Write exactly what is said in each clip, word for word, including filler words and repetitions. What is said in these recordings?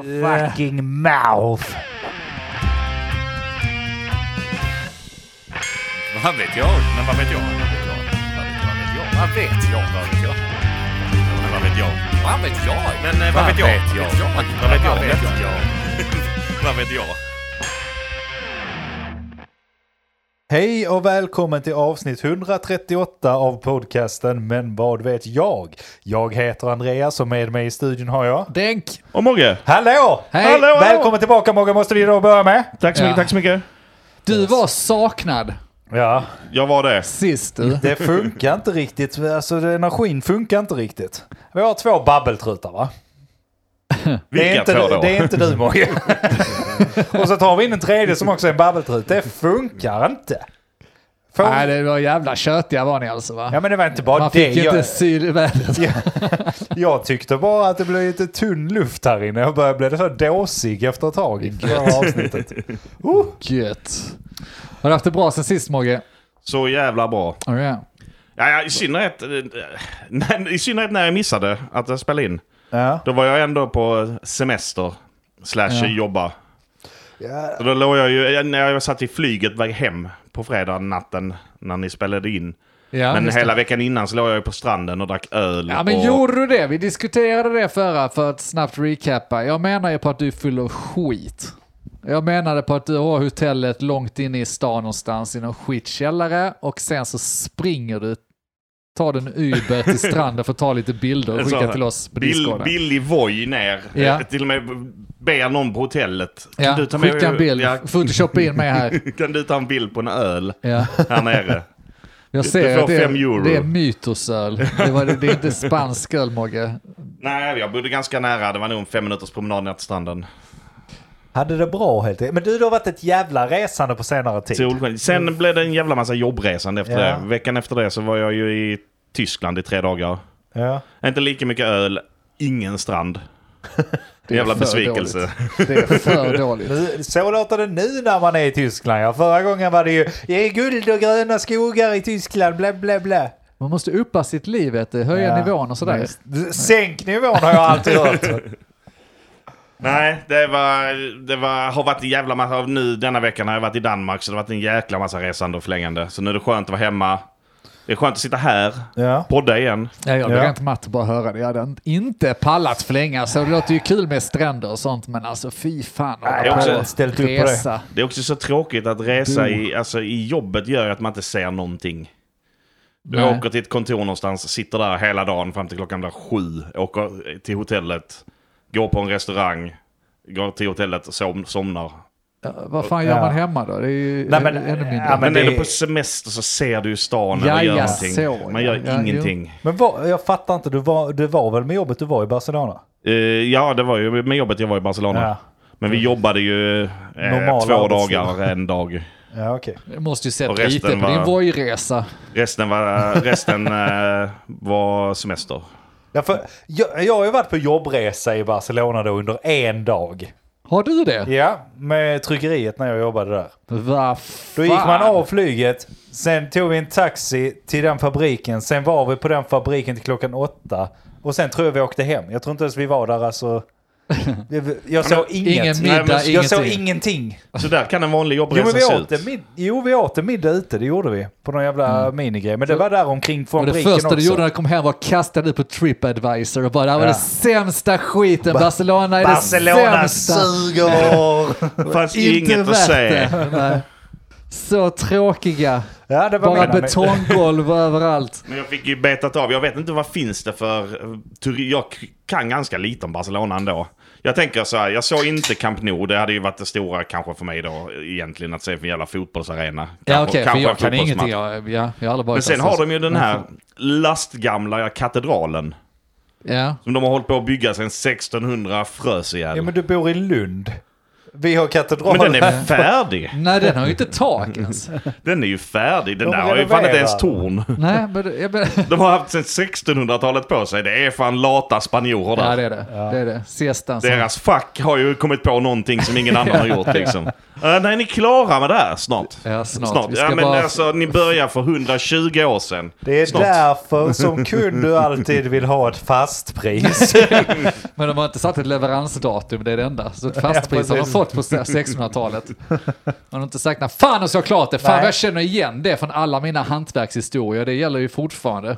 Fucking mouth. Vad vet jag? Men vad vet jag? Vad vet jag? Vad vet jag? Vad vet jag? Vad vet jag? Vad vet jag? Men eh, vad vet jag? Vad vet jag? Vad vet jag? Vad vet jag? Hej och välkommen till avsnitt etthundratrettioåtta av podcasten Men vad vet jag? Jag heter Andreas och med mig i studion har jag Denk och Mogge. Hallå! Hej! Hallå! Välkommen tillbaka Mogge, måste vi då börja med. Tack så mycket, Ja. tack så mycket. Du var saknad Ja, Jag var det. sist du. det funkar inte riktigt, alltså energin funkar inte riktigt. Vi har två babbeltrutar va? Det är, Vilka inte, två då? det är inte du Mogge. Och så tar vi in en tredje som också är en babbeltrut. Det funkar inte. Får... Nej, det var jävla köttiga var ni alltså va? Ja men det var inte bara Man det. fick inte Jag, syl i vädret. jag, jag tyckte bara att det blev lite tunn luft här inne. Jag började bli så dåsig efter ett tag i förra avsnittet. Uh. Gött. Har du haft det bra sen sist Mogge? Så jävla bra. Oh, yeah. Ja, ja, i synnerhet, i synnerhet när jag missade att jag spelade in. Ja. Då var jag ändå på semester slash Ja. jobba. Ja. Så då låg jag ju, när jag satt i flyget väg hem på fredag natten när ni spelade in. Ja, men just hela det. veckan innan så låg jag ju på stranden och drack öl. Ja men och... gjorde du det? Vi diskuterade det förra för att snabbt recappa. Jag menar ju på att du är full av skit. Jag menade på att du har hotellet långt inne i stan någonstans i någon skitkällare och sen så springer du, tar den Uber till stranden för att ta lite bilder och skicka till oss på Bill, Discord. billig voj ner. Ja. Till och med ber någon på hotellet. Kan Ja, du ta med, skicka en bild. Ja, Photoshoppa in mig här. kan du ta en bild på en öl Ja. här nere? Jag Du ser får att det fem är, euro. det är mytosöl. Det, var, det är inte spansk öl, Mogge. Nej, jag bodde ganska nära. Det var nog en fem minuters promenad ner till stranden. Hade det bra helt enkelt. Men du, det har varit ett jävla resande på senare tid. Solsken. Sen blev det en jävla massa jobbresande efter Ja. det. Veckan efter det så var jag ju i Tyskland i tre dagar. Ja. Inte lika mycket öl, ingen strand. Det är Jävla för besvikelse. dåligt. Det är för dåligt. Nu, så låter det nu när man är i Tyskland. Ja, förra gången var det ju det är guld och gröna skogar i Tyskland, bla bla bla. Man måste uppa sitt liv, vet du, höja Ja. nivån och sådär. Sänk nivån har jag alltid hört. Nej, det var, det var, har varit en jävla massa. Nu denna veckan har jag varit i Danmark, så det har varit en jäkla massa resande och förlängande. Så nu är det skönt att vara hemma. Det är skönt att sitta här, Ja. podda igen. Ja, jag blir Ja. rent matt att bara höra det. Jag hade inte pallat förlänga, så det låter ju kul med stränder och sånt, men alltså fy fan. Nej, jag har också ställt upp på det. Det är också så tråkigt att resa Du. i, alltså, i jobbet gör att man inte ser någonting. Du Nej. åker till ett kontor någonstans, sitter där hela dagen fram till klockan där sju, åker till hotellet, går på en restaurang, går till hotellet och som, somnar. Ja, vad fan gör Ja. man hemma då? Det är ju Nej, men- ännu mindre. ja, Men, men är det- du på semester så ser du ju stan Ja, eller gör ja, någonting. så, Man ja. gör Ja, ingenting. Men vad, jag fattar inte, du var, du var väl med jobbet du var i Barcelona? Eh, ja, det var ju med jobbet jag var i Barcelona. Ja, Men vi jobbade ju eh, Normal två arbetstid. dagar, en dag. ja okej. Jag måste ju sett Och resten lite på var- din Voi-resa. Resten var, resten, eh, var semester. Ja, för jag, jag har ju varit på jobbresa i Barcelona då under en dag. Har du det? Ja, med tryckeriet när jag jobbade där. Va Då gick man av flyget, sen tog vi en taxi till den fabriken, sen var vi på den fabriken till klockan åtta och sen tror jag vi åkte hem. Jag tror inte ens vi var där alltså. Jag såg inget. Ingen Nej, middag, men Jag såg ingenting. ingenting. Så där kan en vanlig Jo, men jobbresa vi se åt, ut. en mid- jo, vi åt en middag ute, det gjorde vi. På någon jävla mm. minigrej. Men det var där omkring Och fabriken det första också. du gjorde när du kom hem var att kasta dig på TripAdvisor och bara, det här var Ja. det sämsta skiten. Barcelona är Barcelona det sämsta. suger! Det fanns Inte inget att värt se. det. Nej. Så tråkiga. Ja, det var Bara mina- betonggolv överallt. Men jag fick ju betat av. Jag vet inte vad finns det för... turi- Jag kan ganska lite om Barcelona ändå. Jag tänker så här, jag såg inte Camp Nou. Det hade ju varit det stora kanske för mig då egentligen att se för en jävla fotbollsarena. Ja Kanske- okej, för kanske jag en kan fotbollsmatch. ingenting. Jag, ja, jag har aldrig varit Men sen där, har så- de ju den här lastgamla katedralen. Ja. Som de har hållit på att bygga sedan sextonhundra frös ihjäl. Ja, men du bor i Lund. Vi har katedral. Men den är färdig. Nej, den har ju inte tak ens. Den är ju färdig. Den De där har ju fan inte renoverar. ens torn. Nej, men det- jag, men, De har haft sedan sextonhundratalet på sig. Det är fan lata spanjorer där. ja, det är det. Det är det. Siestan. som- Deras fack har ju kommit på någonting som ingen annan har gjort liksom. Uh, nej, ni klara med det här snart. Ja, snart. snart. Vi ska ja, men bara... alltså, ni börjar för hundratjugo år sedan. Det är snart. därför som kund du alltid vill ha ett fastpris. Men de har inte satt ett leveransdatum, det är det enda. Så ett fastpris ja, har de fått på sexhundratalet. De har inte sagt när fan och så klart det. Fan, Nej. jag känner igen det från alla mina hantverkshistorier. Det gäller ju fortfarande.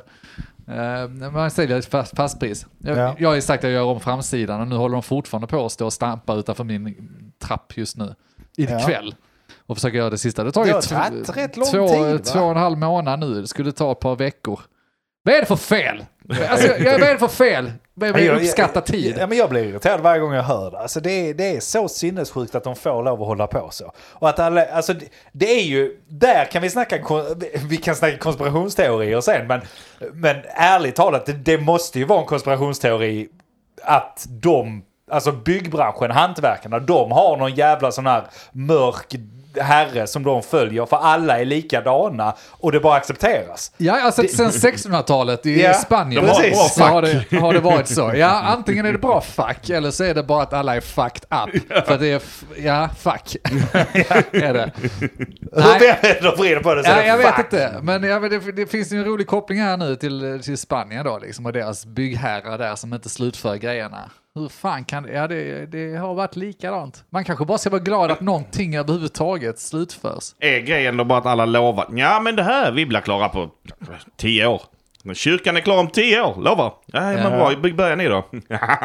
Uh, man säljer ett fast, fastpris. Jag, Ja. jag har ju sagt att jag gör om framsidan och nu håller de fortfarande på att stå och stampa utanför min trapp just nu. Ikväll. Och försöka göra det sista. Det har Det tagit har tagit två, rätt lång två, tid, va? två och en halv månad nu. Det skulle ta ett par veckor. Vad är det för fel? Alltså, jag, vad är det för fel? Vad är Jag- uppskatta tid? Ja, men jag blir irriterad varje gång jag hör det. Alltså det, är, det är så sinnessjukt att de får lov att hålla på så. Och att alla, alltså det, det är ju, där kan vi snacka, kon- vi kan snacka konspirationsteorier sen, men, men ärligt talat, det, det måste ju vara en konspirationsteori att de, alltså byggbranschen, hantverkarna, de har någon jävla sån här mörk herre som de följer, för alla är likadana och det bara accepteras. Ja, alltså sen sexhundratalet i Ja, Spanien de har precis. bra så har det, har det varit så. Ja, antingen är det bra fuck eller så är det bara att alla är fucked up. För det är, f- ja, fuck. är det. Hur vänder och vrider på det så är Ja, det jag vet fuck. inte, men ja, men det, det finns ju en rolig koppling här nu till, till Spanien då liksom, och deras byggherrar där som inte slutför grejerna. Hur fan kan det, ja det, det har varit likadant. Man kanske bara ska vara glad att någonting överhuvudtaget slutförs. Är grejen då bara att alla lovar? Ja, men det här vi blir klara på tio år. Men kyrkan är klar om tio år, lovar. Ja, men Ja. bra, bygg börjar ni då.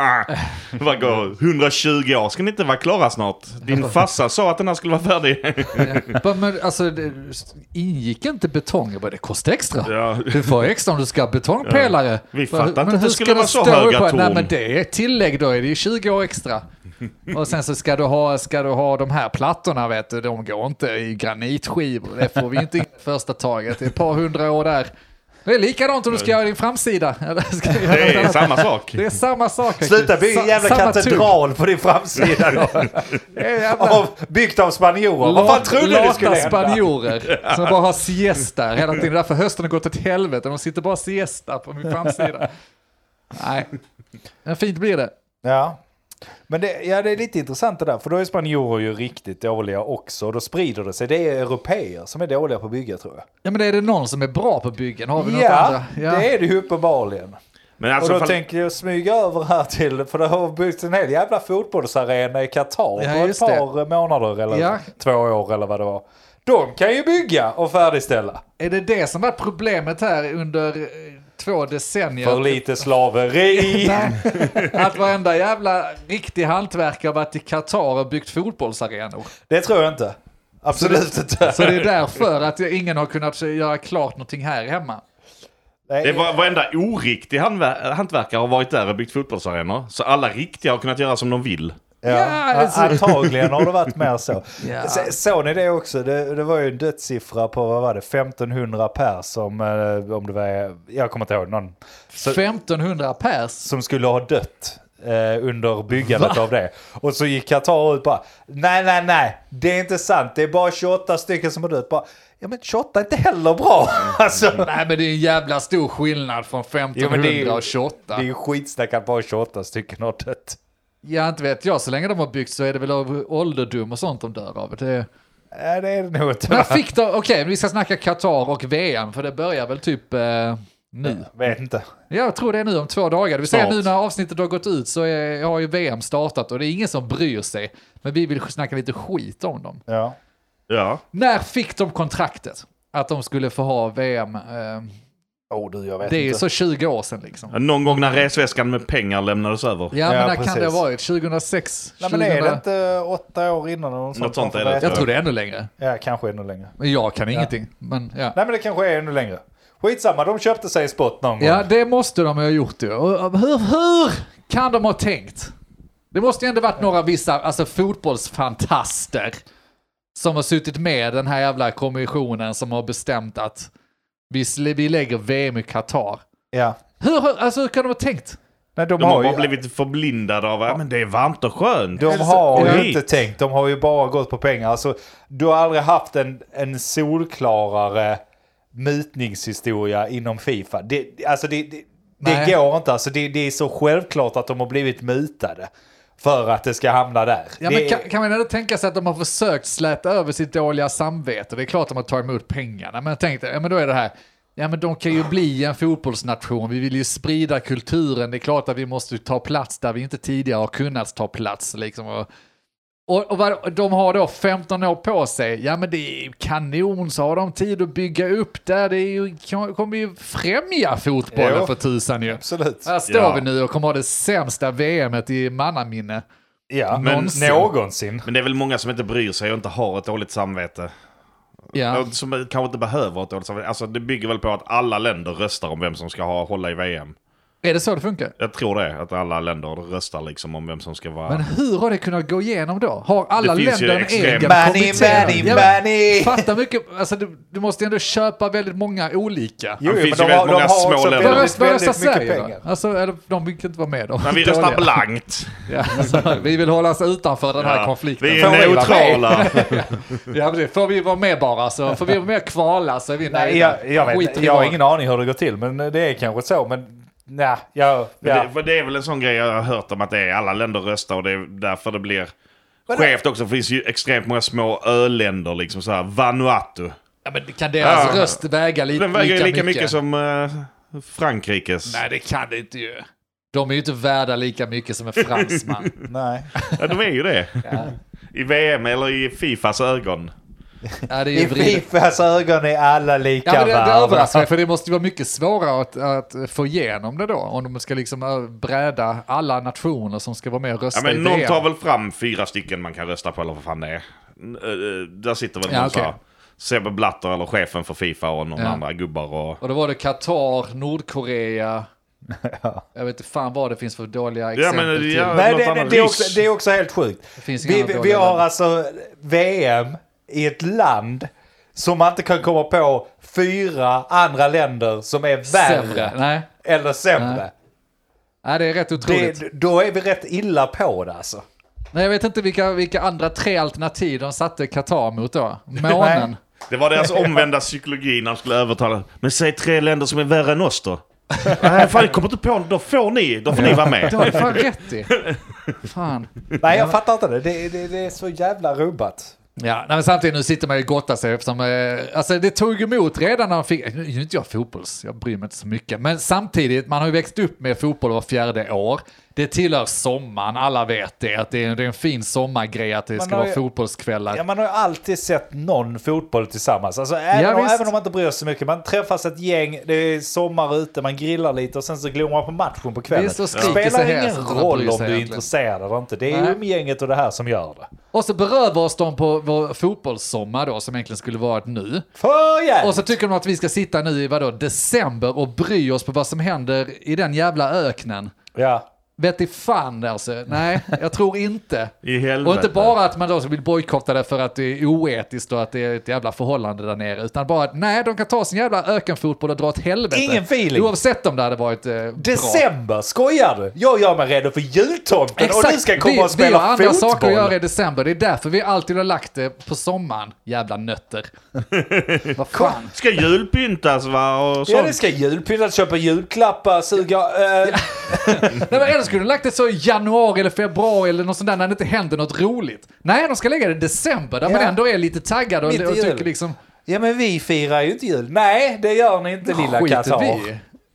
Vad går hundratjugo år? Ska ni inte vara klara snart? Din farsa sa att den här skulle vara färdig. Ja. Men alltså, det ingick inte betong, jag bara, det kostar extra. Ja. Du får extra om du ska ha betongpelare. Ja. Vi Bara, fattar inte men att det hur skulle ska vara det så stå höga på? torn. Nej, men det är ett tillägg då, är det ju tjugo år extra. Och sen så ska du ha, ska du ha de här plattorna, vet du, de går inte i granitskivor. Det får vi inte i första taget. Det är ett par hundra år där. Det är likadant om du ska göra din framsida. Eller ska jag göra Det något är annat? samma sak. Det är samma sak. Sluta bygga en Sa- jävla samma katedral på din framsida då. Det är jävla... Av, byggt av spanjorer. Vad fan trodde du Lata skulle hända? spanjorer som bara har siesta hela tiden. Därför hösten har gått åt helvete. De sitter bara siesta på min framsida. Nej, men fint blir det. Ja. Men det, ja, det är lite intressant det där. För då är spanjorer ju riktigt dåliga också. Och då sprider det sig. Det är europeer som är dåliga på att bygga, tror jag. Ja, men är det någon som är bra på byggen? Har vi något Ja, andra? det är det ju uppenbarligen. Men alltså, och då fall- tänker jag smyga över här till, för det har byggts en hel jävla fotbollsarena i Qatar Ja, på ett just par månader eller Ja. två år eller vad det var. De kan ju bygga och färdigställa. Är det det som var problemet här under eh, två decennier? För lite slaveri. Nej, att varenda jävla riktig hantverkare har varit i Qatar och byggt fotbollsarenor. Det tror jag inte. Absolut inte. Så det är därför att ingen har kunnat göra klart någonting här hemma. Nej, det var varenda oriktig handver- hantverkare har varit där och byggt fotbollsarenor. Så alla riktiga har kunnat göra som de vill. Ja, Ja, alltså. antagligen har det varit mer så. Ja. Så- Såg ni det också? Det, det var ju en dödssiffra på, vad var det, femtonhundra pers som, eh, om det var, jag kommer inte ihåg någon, så, femtonhundra pers. som skulle ha dött eh, under byggandet av det. Och så gick Qatar ut bara, nej, nej, nej, det är inte sant, det är bara tjugoåtta stycken som har dött. Bara, ja men tjugoåtta är inte heller bra. Alltså, Nej, men det är en jävla stor skillnad från jo, men det, är, femtonhundra ju- och tjugoåtta. det är ju skitsnack att bara tjugoåtta stycken har dött. Ja, inte vet jag. Så länge de har byggt så är det väl av ålderdom och sånt de dör av. Det... Nej, det är det nog inte. Men fick de... Okej, vi ska snacka Qatar och V M, för det börjar väl typ eh, nu. Vet inte. Jag tror det är nu om två dagar. Det vill säga Snart. nu när avsnittet har gått ut så är, har ju V M startat och det är ingen som bryr sig. Men vi vill snacka lite skit om dem. Ja. Ja. När fick de kontraktet? Att de skulle få ha V M? Eh, Oh, du, jag vet det är ju inte. så tjugo år sedan liksom. Någon gång när resväskan med pengar lämnades över. Ja, Ja, men när kan precis. det ha varit? tjugohundrasex? Nej, men är det tjugohundra inte åtta år innan? Något Något sånt är det. Jag tror det är ännu längre. Ja, kanske ännu längre. Men jag kan ingenting. Men ja. Nej, men det kanske är ännu längre. Skitsamma, de köpte sig spot någon Ja, gång. det måste de ha gjort ju. Och hur, hur kan de ha tänkt? Det måste ju ändå varit några vissa, alltså fotbollsfantaster som har suttit med den här jävla kommissionen som har bestämt att vi, sl- vi lägger V M i Qatar. Ja. Hur, hur- alltså, hur kan de ha tänkt? Nej, de, De har har bara ju, blivit förblindade av att men det är varmt och skönt. de har Ja. ju inte tänkt, de har ju bara gått på pengar. Alltså, du har aldrig haft en, en solklarare mutningshistoria inom FIFA. Det, alltså det, det, det Nej. går inte. Alltså det, det är så självklart att de har blivit mutade. för att det ska hamna där. Ja, det men kan, kan man ändå tänka sig att de har försökt släta över sitt dåliga samvete? Det är klart att de har tagit emot pengarna, men jag tänkte, ja men då är det här, ja men de kan ju bli en fotbollsnation, vi vill ju sprida kulturen, det är klart att vi måste ta plats där vi inte tidigare har kunnat ta plats liksom. Och, och, och vad, de har då femton år på sig, ja men det är kanon, så har de tid att bygga upp där, det är ju, kommer ju främja fotbollen jo, för tusan ju. Absolut. Här står ja. vi nu och kommer ha det sämsta V M:et i mannaminne. Ja, men någonsin. någonsin. Men det är väl många som inte bryr sig och inte har ett dåligt samvete. Ja. Som kanske inte behöver ett dåligt samvete. Alltså det bygger väl på att alla länder röstar om vem som ska ha, hålla i V M. Är det så det funkar? Jag tror det, att alla länder röstar liksom om vem som ska vara... Men hur har det kunnat gå igenom då? Har alla länder en egen money, money, money. Fatta mycket, alltså du, du måste ändå köpa väldigt många olika. Jo, det finns de ju väldigt många små länder. Vad röstar väldigt Sverige då? Alltså, eller, de vill inte vara med då. Men vi röstar blankt. Ja, alltså, vi vill hålla oss utanför den här ja, konflikten. Vi är neutrala. Ja, får vi vara med bara så får vi vara med kvala så är vi Nej, jag, jag, vet, jag har ingen aning hur det går till, men det är kanske så, men nej, ja, ja. Det, det är väl en sån grej jag har hört om att det är alla länder röstar och det är därför det blir skevt också. Det finns ju extremt många små öländer, liksom så här Vanuatu. Ja, men kan deras ja, röst väga lite den väger lika, lika mycket, mycket som uh, Frankrikes. Nej, det kan det inte ju. De är ju inte värda lika mycket som en fransman. Nej. Ja, de är ju det. Ja. I V M eller i Fifas ögon. Ja, det är I Fifas ögon är alla lika ja, men det, det värda. överraskar mig, för det måste ju vara mycket svårare att, att få igenom det då. Om de ska liksom bräda alla nationer som ska vara med och rösta ja, men i någon V M. tar väl fram fyra stycken man kan rösta på, eller vad fan det är. Där sitter väl ja, någon okay. så Sebbe Blatter eller chefen för FIFA och någon ja. andra gubbar. Och... och då var det Qatar, Nordkorea... Ja. Jag vet inte fan vad det finns för dåliga exempel. Ja, men, ja, Nej, det, det, det, är också, det är också helt sjukt. Vi, vi har länder. Alltså V M i ett land som man inte kan komma på fyra andra länder som är värre sämre. Nej. eller sämre. Nej. Nej, det är rätt otroligt. Det, då är vi rätt illa på det alltså. Nej, jag vet inte vilka, vilka andra tre alternativ de satte Qatar mot då. Månen. Det var deras omvända psykologi när de skulle övertala. Men säg tre länder som är värre än oss då. Nej, fan, jag kommer inte på, då får ni, då får ni vara med. Det har fan rätt i. Fan. Nej, jag fattar inte det. Det, det, det är så jävla rubbat. Ja, men samtidigt nu sitter man ju gotta sig eftersom, eh, alltså det tog emot redan när man fick, nu är inte jag fotbolls, jag bryr mig inte så mycket, men samtidigt, man har ju växt upp med fotboll var fjärde år, det tillhör sommaren, alla vet det, att det är, det är en fin sommargrej att det man ska vara ju, fotbollskvällar. Ja, man har ju alltid sett någon fotboll tillsammans, alltså även, ja, om, även om man inte bryr sig så mycket, man träffas ett gäng, det är sommar ute, man grillar lite och sen så glor man på matchen på kvällen. Det spelar ingen roll om du är intresserad eller inte, det är ju umgänget och det här som gör det. Och så berövar oss de på vår fotbollssommar då, som egentligen skulle vara ett nu. För och så tycker de att vi ska sitta nu i vadå, december och bry oss på vad som händer i den jävla öknen. Ja. Vet i fan alltså. Nej, jag tror inte. I helvete. Och inte bara att man då vill bojkotta det för att det är oetiskt och att det är ett jävla förhållande där nere. Utan bara att nej, de kan ta sin jävla ökenfotboll och dra åt helvete. Ingen feeling. Oavsett om det hade varit eh, december, bra. Skojar du? Jag gör mig redo för jultomten. Exakt. Och du ska komma vi, och spela vi har andra fotboll. saker att göra i december. Det är därför vi alltid har lagt det på sommaren. Jävla nötter. Vad fan? Ska julpyntas va? Och sånt. Ja, det ska julpyntas, köpa julklappar, suga... Äh. Nej, men eller skulle du lagt det så i januari eller februari eller något sånt där när det inte händer något roligt. Nej, de ska lägga det i december där ja. Man ändå är lite taggad och, och tycker liksom... Ja, men vi firar ju inte jul. Nej, det gör ni inte, lilla Qatar. Vi.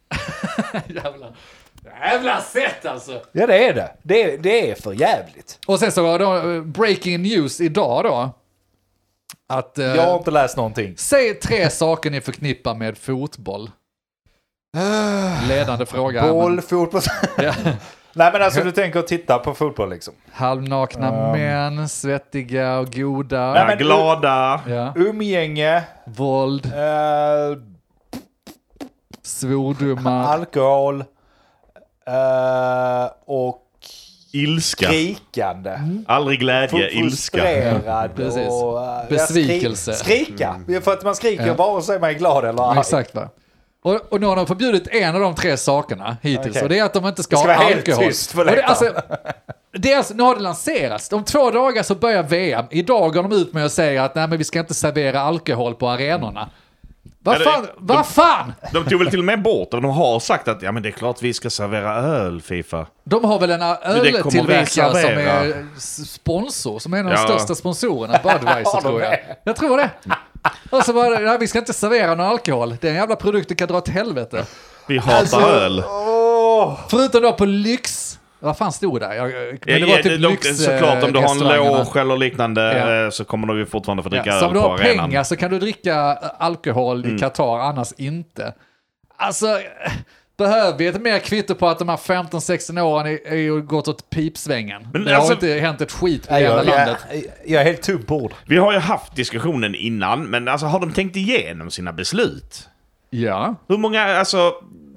Jävla... Jävla sätt alltså. Ja, det är det. Det, det är för jävligt. Och sen så var det breaking news idag då. Att, jag har inte läst någonting. Säg tre saker ni förknippar med fotboll. Ledande fråga. Boll, fotboll. Ja. Nej, men alltså du tänker att titta på fotboll liksom. Halvnakna um. män, svettiga och goda. Nej, men glada. Ja. Umgänge. Våld. Uh, Svordomar. Alkohol. Uh, och ilska. Skrikande. Mm. Aldrig glädje, ilska. Frustrerad. Precis. Och, uh, besvikelse. Skri- skrika. Mm. För att man skriker ja. Bara sig man är glad eller arg. Exakt va. Och, och nu har de förbjudit en av de tre sakerna hittills. Okay. Och det är att de inte ska, ska ha alkohol. Helt tyst för det, alltså, det är alltså, nu har det lanserats. Om två dagar så börjar V M. Idag går de ut med att säga att nej, men vi ska inte servera alkohol på arenorna. Vad Ja, fan? de- Vad fan? De tog väl till och med bort och de har sagt att ja, men det är klart vi ska servera öl, FIFA. De har väl en det kommer vi öltillverkare som servera. är sponsor, som är en av de Ja. största sponsorerna, Budweiser tror jag. Jag tror det. Och så bara, nej, vi ska inte servera någon alkohol. Det är en jävla produkt du kan dra åt helvete. Vi hatar Alltså, öl. Åh. Förutom då på lyx. Vad fan stod där? Jag, men det var Ja, typ de- lyx. såklart om du har en restaurangerna. loge eller liknande Ja. eh, så kommer du ju fortfarande få dricka Ja, så öl om du på har arenan. pengar så kan du dricka alkohol Mm. i Qatar, annars inte. Alltså, behöver vi ett mer kvitto på att de här femton sexton åren är, är ju gått åt pipsvängen? Men det alltså- har inte hänt ett skit på Nej, hela jag, landet. jag, jag är helt tom på ord. Vi har ju haft diskussionen innan, men alltså har de tänkt igenom sina beslut? Ja. Hur många, alltså...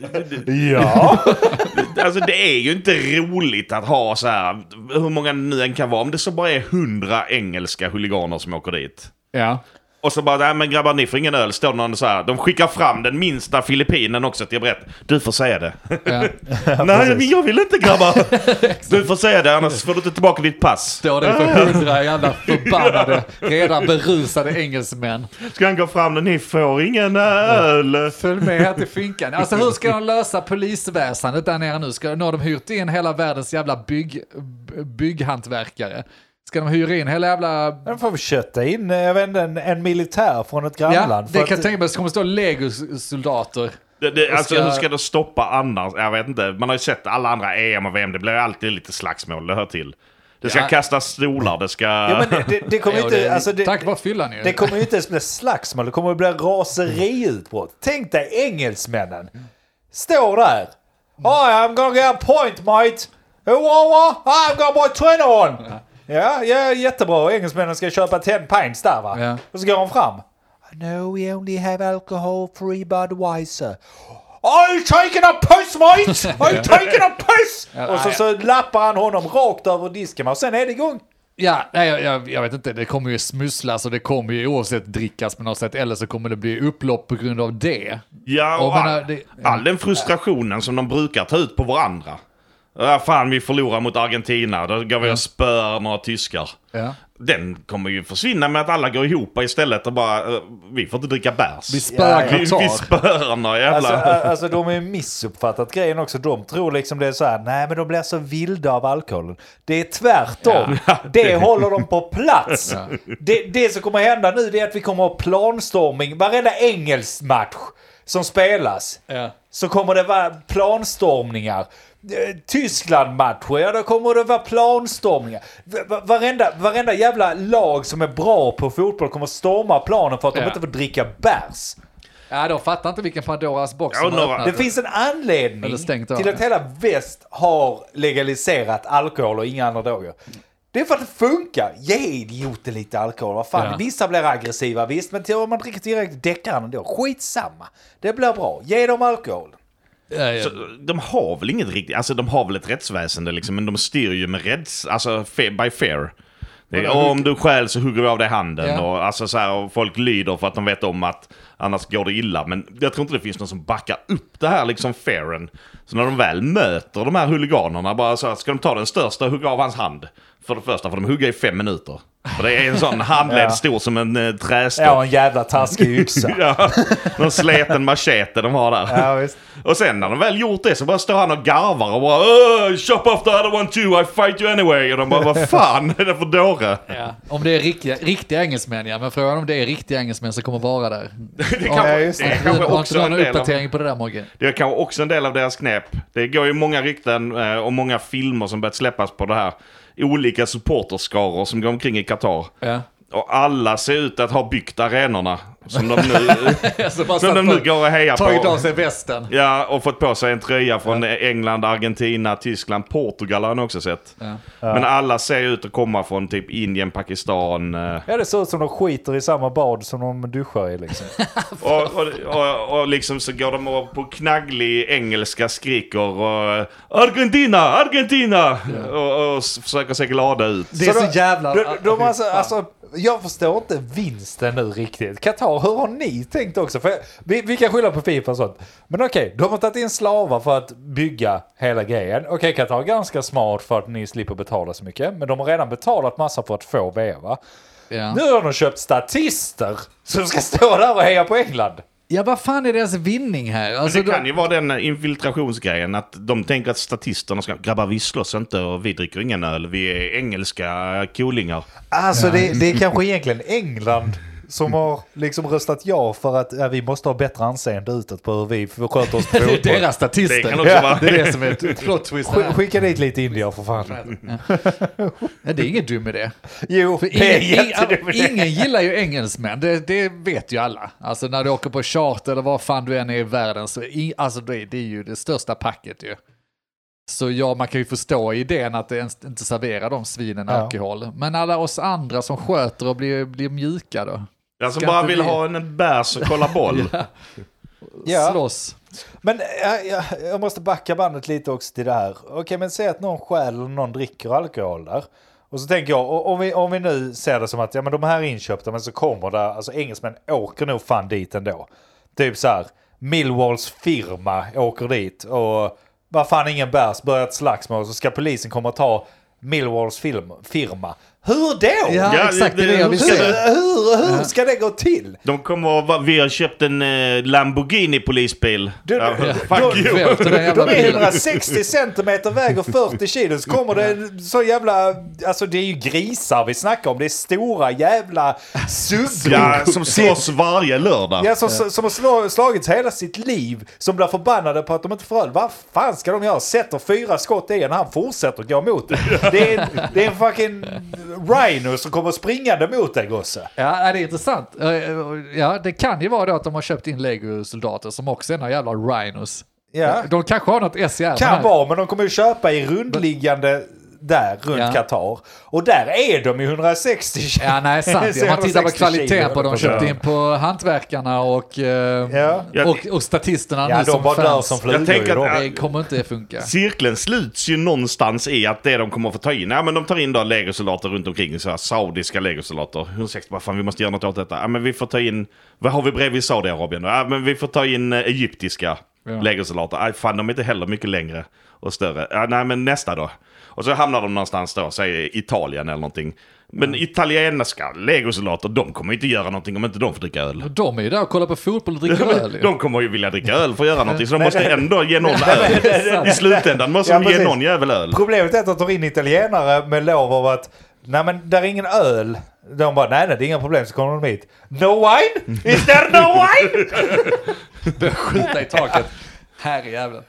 Ja. Alltså det är ju inte roligt att ha så här, hur många det nu än kan vara, om det så bara är hundra engelska huliganer som åker dit. Ja. Och så bara, nej men grabbar, ni får ingen öl, står det någon så här. De skickar fram den minsta filippinen också till berätt. Du får säga det. Ja. Nej, men jag vill inte grabbar. Du får säga det, annars får du inte tillbaka ditt pass. Står det för hundra jävla förbannade, redan berusade engelsmän. Ska han gå fram när ni får ingen öl? Följ med här till finkan. Alltså hur ska de lösa polisväsendet där nere nu? Ska, nu har de hyrt in hela världens jävla bygg, bygghantverkare. Ska de hyra in hela jävla... Den får vi kötta in, jag vet inte, en, en militär från ett grannland. Ja, för det att- kan jag tänka mig. Det kommer stå legosoldater. Det, det, alltså ska- hur ska det stoppa annars? Jag vet inte. Man har ju sett alla andra E M och V M. Det blir alltid lite slagsmål, det hör till. Det ska Ja. kastas stolar, det ska... Ja, men det, det, det kommer Ja, inte... det, alltså det, tack vare fyllan ju. det kommer ju inte ens bli slagsmål, det kommer att bli raseriutbrott. Tänk dig engelsmännen. Står där. Oh, I'm gonna get a point, mate. Who want one? I'm gonna buy twenty on. Ja, ja, jättebra. Engelsmännen ska köpa ten pints där, va? Ja. Och så går de fram. No, we only have alcohol free Budweiser. Are you taking a piss, mate? Are you taking a piss? Och så, så lappar han honom rakt över disken och sen är det igång. Ja, nej, jag, jag, jag vet inte. Det kommer ju smusslas och det kommer ju oavsett drickas på något sätt. Eller så kommer det bli upplopp på grund av det. Ja, och Och all, menar, det- all den frustrationen som de brukar ta ut på varandra. Ja, fan, vi förlorar mot Argentina. Då går vi och spör några tyskar. Ja. Den kommer ju försvinna med att alla går ihop istället och bara, uh, vi får inte dricka bärs. Vi spöar Ja, vi, Qatar. vi spör några jävla... Alltså, ä- alltså de har ju missuppfattat grejen också. De tror liksom det är så här, nej men de blir så vilda av alkoholen. Det är tvärtom. Det håller de på plats. Det, det som kommer hända nu det är att vi kommer att ha planstorming. Varenda engelsk match som spelas Ja. så kommer det vara planstormningar. Eh, Tyskland-matcher, ja då kommer det vara planstormningar. Va- va- Varenda, varenda jävla lag som är bra på fotboll kommer storma planen för att de Ja. inte får dricka bärs. Ja, de fattar inte vilken Pandoras box Ja, som har några- öppnat. Det finns en anledning Eller stängt av. till att hela väst har legaliserat alkohol och inga andra droger. Det är för att det funkar. Ge idioter lite alkohol. Vad fan, Ja. vissa blir aggressiva visst, men till om man dricker tillräckligt däckar ändå. Skitsamma. Det blir bra. Ge dem alkohol. Ja, ja. Så, de har väl inget riktigt, alltså de har väl ett rättsväsende liksom, men de styr ju med rätts, alltså fair, by fair. Det är, om du stjäl så hugger vi av dig handen Ja. och, alltså, så här, och folk lyder för att de vet om att annars går det illa. Men jag tror inte det finns någon som backar upp det här liksom fairen. Så när de väl möter de här huliganerna, bara så här, ska de ta den största och hugga av hans hand. För det första, för de hugger i fem minuter. För det är en sån handled Ja. stor som en eh, trästock. Ja, en jävla taskig yxa. Ja, någon sleten machete de har där. Ja, visst. Och sen när de väl gjort det så bara står han och garvar och bara "Oh, chop off the other one too, I fight you anyway." Och de bara, vad fan är det för dåre? Ja. Om det är riktiga, riktiga engelsmän, ja. Men frågan om det är riktiga engelsmän som kommer vara där. Det, Ja, kanske, just det det. är kanske Har också inte en någon del av, uppdatering på det där, Mogge? det är kanske också en del av deras knep. Det går ju många rykten eh, och många filmer som börjat släppas på det här. Olika supporterskaror som går omkring i Qatar. Ja. Och alla ser ut att ha byggt arenorna som de nu, Alltså bara som satt de nu på- går och hejar Tagit av på. sig västen. Ja, och fått på sig en tröja från England, Argentina, Tyskland, Portugal har jag också sett. Ja. Men alla ser ut att komma från typ Indien, Pakistan. eh, Ja, det ser ut som de skiter i samma bad som de duschar i liksom. Och, och, och, och liksom så går de och på knagglig engelska skriker och Argentina, Argentina! Och, och s- försöker se glada ut. Det är så, då- jävla... De, de alltså, alltså, jag förstår inte vinsten nu riktigt. Qatar, hur har ni tänkt också? För vi, vi kan skylla på FIFA och sånt. Men okej, de har tagit in slavar för att bygga hela grejen. Okej, Qatar är ganska smart för att ni slipper betala så mycket. Men de har redan betalat massa för att få veva. Ja. Nu har de köpt statister som ska stå där och heja på England. Ja, vad fan är deras vinning här? Alltså, det kan då... ju vara den infiltrationsgrejen att de tänker att statisterna ska, grabbar vi slåss inte och vi dricker ingen öl, vi är engelska kolingar. Alltså det, det är kanske egentligen England som har liksom röstat ja för att ja, vi måste ha bättre anseende utåt på hur vi sköter oss på fotboll. Det är deras statister. Det kan också vara. Det är det som är ett plot twist. Sk- Skicka dit lite indier för fan. Ja, det är ingen dum idé. Jo, För det är ingen, jättedum idé. ingen, ingen gillar ju engelsmän, det, det vet ju alla. Alltså när du åker på charter eller vad fan du än är i världen så i, alltså det, det är ju det största packet ju. Så ja, man kan ju förstå idén att det inte serverar de svinen Ja. alkohol. Men alla oss andra som sköter och blir, blir mjuka då. Jag som Ska bara inte vill bli- ha en bärs och kolla boll. Ja. Slåss. Men jag, jag, jag måste backa bandet lite också till det här. Okej, men säg att någon stjäl eller någon dricker alkohol där. Och så tänker jag, och- om vi, om vi nu ser det som att ja, men de här är inköpta, men så kommer det, alltså engelsmän åker nog fan dit ändå. Typ så här, Millwalls firma åker dit och vad fan ingen bärs, börjar ett slagsmål så ska polisen komma och ta Millwalls film, firma. Hur då? Ja, Ja, exakt, det är det- det jag vill hur- se. Hur, hur ska det gå till? De kommer att vara, vi har köpt en eh, Lamborghini polisbil. Du- Ja, Ja. fuck Du- you. Välter den jävla De är bilen. hundrasextio centimeter, väger fyrtio kilo, så kommer det så jävla, alltså det är ju grisar vi snackar om, det är stora jävla suggor. Ja, som slåss varje lördag. Ja, som, som har slå, slagits hela sitt liv, som blir förbannade på att de inte får öl. Vad fan ska de göra? Sätter fyra skott i en, han fortsätter gå emot det. Det är, en- det är en fucking rhino som kommer springande mot dig, gosse. Ja, det är intressant. Ja, det kan ju vara då att de har köpt in Lego-soldater som också är några jävla rhinos. Ja. De kanske har något S i ärmen Kan här. vara, men de kommer ju köpa i rundliggande där runt Ja. Qatar. Och där är de ju hundrasextio kilo. Ja, nej, sant. Ja, man tittar på kvaliteten på de kilo. köpte in på hantverkarna och, eh, Ja. och, och statisterna Ja, nu de som bara dör fans. som flugor. Jag tänker ju då. att- Det kommer inte funka. Cirkeln sluts ju någonstans i att det de kommer att få ta in, ja men de tar in då legosoldater runt omkring, så här saudiska legosoldater. hundrasextio, vad fan vi måste göra något åt detta. Ja men vi får ta in, vad har vi bredvid Saudiarabien då? Ja men vi får ta in eh, egyptiska Ja. legosoldater. Nej fan, de är inte heller mycket längre och större. Ja, nej men nästa då. Och så hamnar de någonstans då, säg Italien eller någonting. Men italienska legosoldater, de kommer inte göra någonting om inte de får dricka öl. De är ju där och kollar på fotboll och dricker öl. ju. De kommer ju vilja dricka öl för att göra någonting, så de måste ändå ge någon det är öl. sant. I slutändan måste Ja, de ge precis. någon jävel öl. Problemet är att de tar in italienare med lov av att nej men där är ingen öl. De bara nej nej det är inga problem, så kommer de hit. No wine? Is there no wine? Börjar skjuta i taket. Herrejävlar.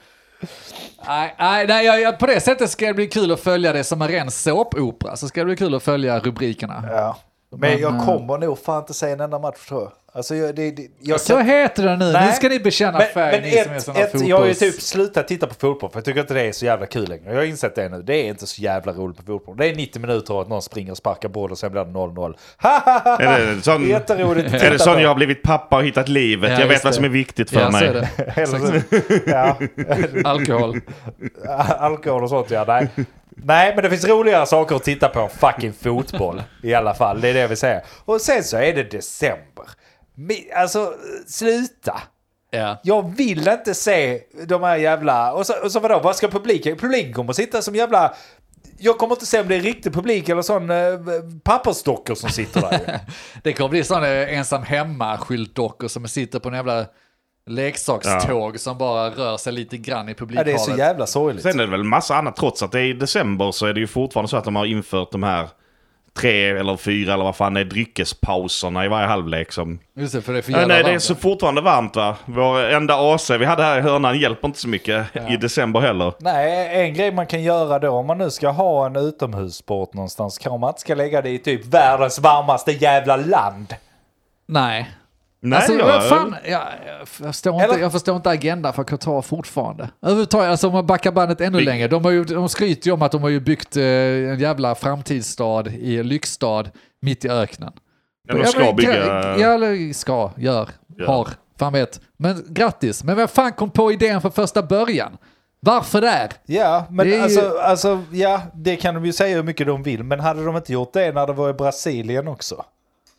Nej, nej, nej jag, jag, på det sättet ska det bli kul att följa det som en ren såpopera. Så ska det bli kul att följa rubrikerna. Ja. Men Men, jag äh, kommer nog fan inte säga en enda match, tror jag. Alltså jag, det, det, jag Så heter det nu. Nej. Nu ska ni bekänna men, färg, men ni som är ett, såna ett, fotbolls... jag har ju typ slutat titta på fotboll för jag tycker inte det är så jävla kul längre. Jag har insett det nu. Det är inte så jävla roligt på fotboll. Det är nittio minuter och att någon springer och sparkar boll och sen blir det noll noll. Är det sån, Jätteroligt att är titta det sån på. jag har blivit pappa och hittat livet? Ja, Jag vet just vad det. som är viktigt för Ja, så mig. är det. Eller så- ja. Alkohol. Alkohol och sånt, ja. Nej. Nej, men det finns roligare saker att titta på än fucking fotboll. I alla fall, det är det vi säger. Och sen så är det december. Mi- Alltså, sluta. Ja. Jag vill inte se de här jävla... Och så, och så vadå, vad ska publiken... Publiken kommer att sitta som jävla... Jag kommer inte se om det är riktig publik eller sån eh, pappersdockor som sitter där. ju. Det kommer bli sådana ensam hemma-skyltdockor som sitter på en jävla leksakståg som bara rör sig lite grann i Ja, publikhavet. det är så jävla sorgligt. Sen är det väl massa annat, trots att det är i december så är det ju fortfarande så att de har infört de här tre eller fyra eller vad fan är dryckespauserna i varje halvlek som... Just det, för det är för Ja, jävla nej, det är varmt. så fortfarande varmt va? Vår enda A C vi hade här i hörnan hjälper inte så mycket i december heller. Nej, en grej man kan göra då om man nu ska ha en utomhussport någonstans, kanske man inte ska lägga det i typ världens varmaste jävla land. Nej. Nej, Alltså, jag, vad fan, jag, jag, förstår inte, Eller- jag förstår inte agenda för Qatar fortfarande. Överhuvudtaget, alltså om man backar bandet ännu Vi- längre. De, har ju, de skryter ju om att de har ju byggt eh, en jävla framtidsstad i en lyxstad mitt i öknen. Ja, de ska Ja, men, bygga... Ja, eller ska, gör, Ja. har, fan vet. Men grattis, men vem fan kom på idén från första början? Varför där? Ja, men Det är ju- alltså, alltså, ja, det kan de ju säga hur mycket de vill, men hade de inte gjort det när det var i Brasilien också?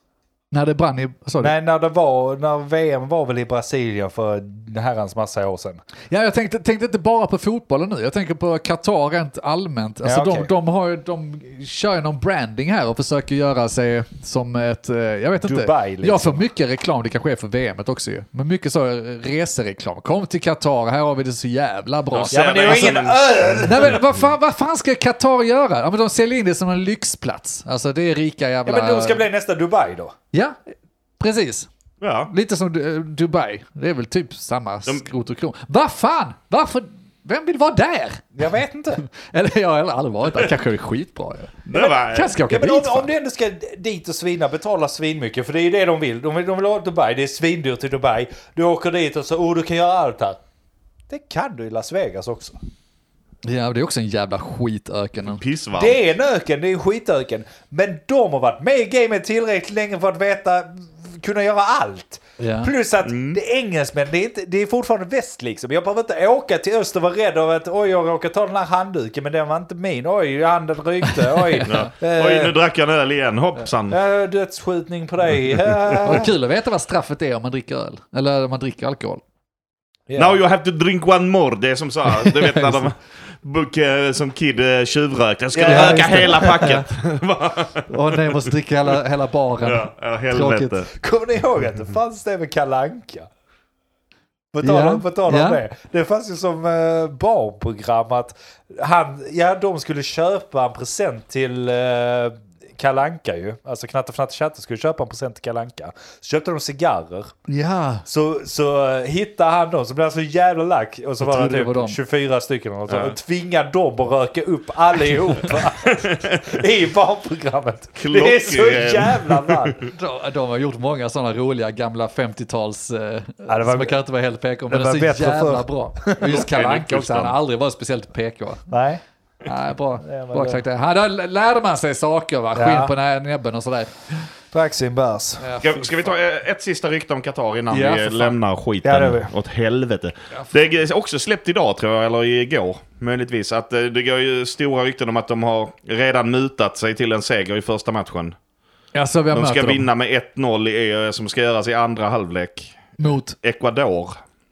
När det brann i... Sorry. Nej, när det var, när V M var väl i Brasilien för herrans massa år sedan. Ja, jag tänkte, tänkte inte bara på fotbollen nu. Jag tänker på Qatar rent allmänt. Alltså Ja, okay. de, de, har ju, de kör ju någon branding här och försöker göra sig som ett... Jag vet inte. Dubai, liksom. Jag får mycket reklam, det kanske är för V M också ju. Men mycket så resereklam. Kom till Qatar, här har vi det så jävla bra. Ja, men det är ju ingen öl! Nej, men vad fan, vad fan ska Qatar göra? Ja, men de säljer in det som en lyxplats. Alltså det är rika jävla... Ja, men de ska bli nästa Dubai då. Ja, precis. Ja. Lite som uh, Dubai. Det är väl typ samma skrot och kron. Vad fan? Varför? Vem vill vara där? Jag vet inte. Eller jag har aldrig varit där. Kanske är det skitbra. Ja. Det var... Kanske ska åka Ja, men dit. om, om du ändå ska dit och svina, betala svinmycket, för det är ju det de vill. De vill, de vill ha Dubai, det är svindyrt i Dubai. Du åker dit och så, oh, du kan göra allt här. Det kan du i Las Vegas också. Ja, det är också en jävla skitöken. Pissvarmt. Det är en öken, det är en skitöken. Men de har varit med i gamet tillräckligt länge för att veta, kunna göra allt. Ja. Plus att mm. det är engelsmän, det är, inte, det är fortfarande väst liksom. Jag behöver inte åka till öst och vara rädd av att oj, jag råkar ta den här handduken, men den var inte min. Oj, handen rykte. Oj, ja. eh, oj nu drack jag en öl igen, hoppsan. Ja, dödsskjutning på dig. Det är kul att veta vad straffet är om man dricker öl. Eller om man dricker alkohol. Yeah. Now you have to drink one more. Det är som så här, du vet när de buk, som kid tjuvrökte. Jag ska yeah, röka hela packet. Och nej, måste dricka hela, hela baren. Ja, ja, helvete. Kommer ni ihåg att det fanns det med Kalle Anka? På tal, yeah. på tal om yeah. det. Det fanns ju som uh, barnprogram att han, ja, de skulle köpa en present till uh, Kalle Anka ju. Alltså Knatte Fnatte Chatte skulle köpa en present till Kalle Anka. Så köpte de cigarrer. Ja. Så, så uh, hittade han dem. Så blev han så jävla lack. Och så var det typ det var tjugofyra stycken. Och så ja. tvingade dem att röka upp allihopa i barnprogrammet. Klock. Det är så jävla ball. De, de har gjort många sådana roliga gamla femtio-tals uh, ja, var, som man kan inte vara helt P K. Men det, det är så jävla för... bra. Och just Kalle Anka också. Han har aldrig varit speciellt P K. Nej. Nej, bra. Bra sagt det. Här lärde man sig saker, va? Skinn ja. på näbben och sådär. Tack sin bärs. Ska, ska vi ta ett sista rykte om Qatar innan ja, vi lämnar skiten ja, det åt helvete? Ja, det är också släppt idag tror jag, eller igår möjligtvis. Att det går ju stora rykten om att de har redan mutat sig till en seger i första matchen. Ja, så de ska vinna med ett noll i, som ska göras i andra halvlek. Mot? Ecuador.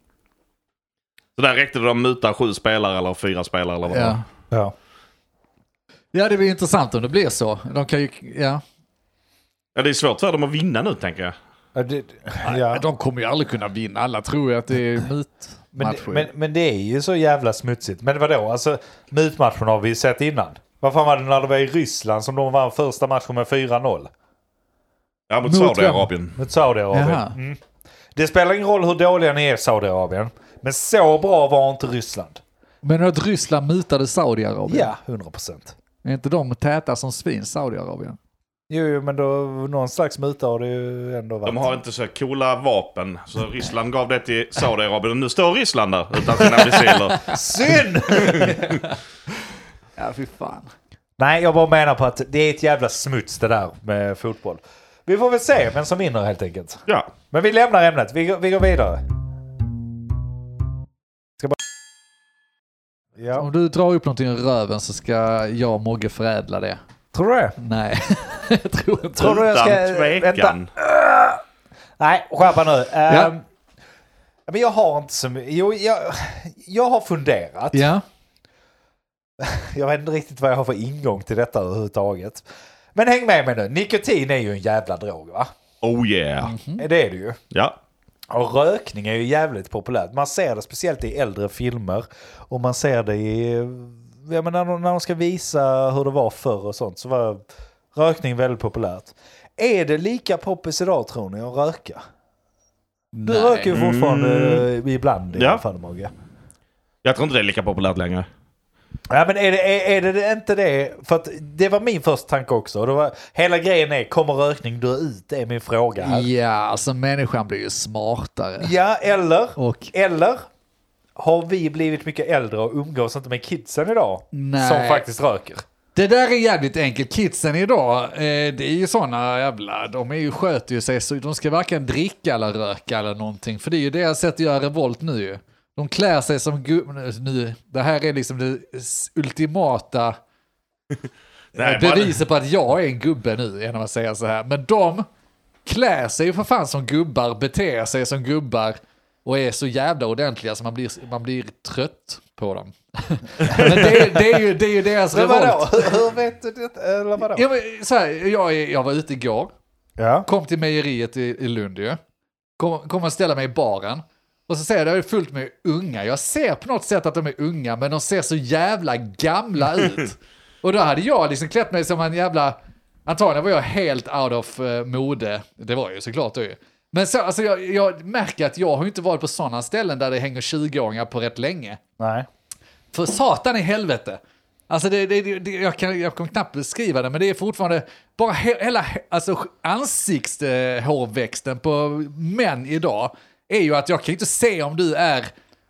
Så där räckte det de mutar sju spelare eller fyra spelare eller vad. Ja. Ja. Ja, det blir intressant om det blir så. De kan ju, ja. Ja, det är svårt för dem att vinna nu, tänker jag. Ja, det, ja. Nej, de kommer ju aldrig kunna vinna. Alla tror ju att det är mut. Men, men, men det är ju så jävla smutsigt. Men vadå? Alltså, mutmatchen har vi sett innan. Vad fan var det när det var i Ryssland som de var första matchen med fyra noll? Ja, mot, mot Saudiarabien. Mot Saudiarabien. Mm. Det spelar ingen roll hur dåliga ni är, Saudiarabien. Men så bra var inte Ryssland. Men att Ryssland mutade Saudiarabien? Ja, hundra procent. Är inte de täta som svin, Saudiarabien? Jo, men då, någon slags muta har det ju ändå varit. De har inte så coola vapen, så Ryssland gav det till Saudiarabien. Och nu står Ryssland där utan sina missiler. Synd! Ja, fy fan. Nej, jag bara menar på att det är ett jävla smuts det där med fotboll. Vi får väl se vem som vinner helt enkelt. Ja. Men vi lämnar ämnet, vi, vi går vidare. Ska bara... Ja. Om du drar upp någonting i röven så ska jag och Mogge förädla det. Tror du det? Nej, jag tror inte. Tror du jag ska... Vänta. Uh, nej, skärpa nu. Uh, ja. Men jag har inte så mycket... Jo, jag, jag har funderat. Ja. Jag vet inte riktigt vad jag har för ingång till detta överhuvudtaget. Men häng med mig nu. Nikotin är ju en jävla drog, va? Oh yeah. Mm-hmm. Det är det ju. Ja. Och rökning är ju jävligt populärt. Man ser det speciellt i äldre filmer. Och man ser det i... Jag menar, när, när de ska visa hur det var förr och sånt så var rökning väldigt populärt. Är det lika poppis idag, tror ni, att röka? Du Nej. röker ju fortfarande mm. ibland i ja. alla fall, Mogge. Jag tror inte det är lika populärt längre. Ja, men är det, är, är det inte det? För att det var min första tanke också. Det var, hela grejen är, kommer rökning dö ut? Det är min fråga här. Ja, alltså människan blir ju smartare. Ja, eller, och... eller har vi blivit mycket äldre och umgås inte med kidsen idag? Nej. Som faktiskt röker. Det där är jävligt enkelt. Kidsen idag, eh, det är ju såna jävla, de är ju sköter ju sig så de ska varken dricka eller röka eller någonting. För det är ju deras sätt att göra revolt nu ju. De klär sig som gubbar nu. Det här är liksom det ultimata beviset på att jag är en gubbe nu, genom att säga så här. Men de klär sig för fan som gubbar, beter sig som gubbar och är så jävla ordentliga så man blir, man blir trött på dem. Men det, det, är ju, det är ju deras revolt. Hur vet du det? Eller vadå? Jag, så här, jag, jag var ute igår, Ja. kom till mejeriet i, i Lund ju. Kom, kom och ställa mig i baren. Och så säger jag, det är fullt med unga. Jag ser på något sätt att de är unga, men de ser så jävla gamla ut. Och då hade jag liksom klätt mig som en jävla... Antagligen var jag helt out of uh, mode. Det var ju såklart då ju. Men så, alltså jag, jag märker att jag har inte varit på sådana ställen där det hänger tjugo-åringar på rätt länge. Nej. För satan i helvete. Alltså det, det, det, jag, kan, jag kan knappt beskriva det, men det är fortfarande bara he, hela alltså, ansiktshårväxten på män idag är ju att jag kan inte se om du är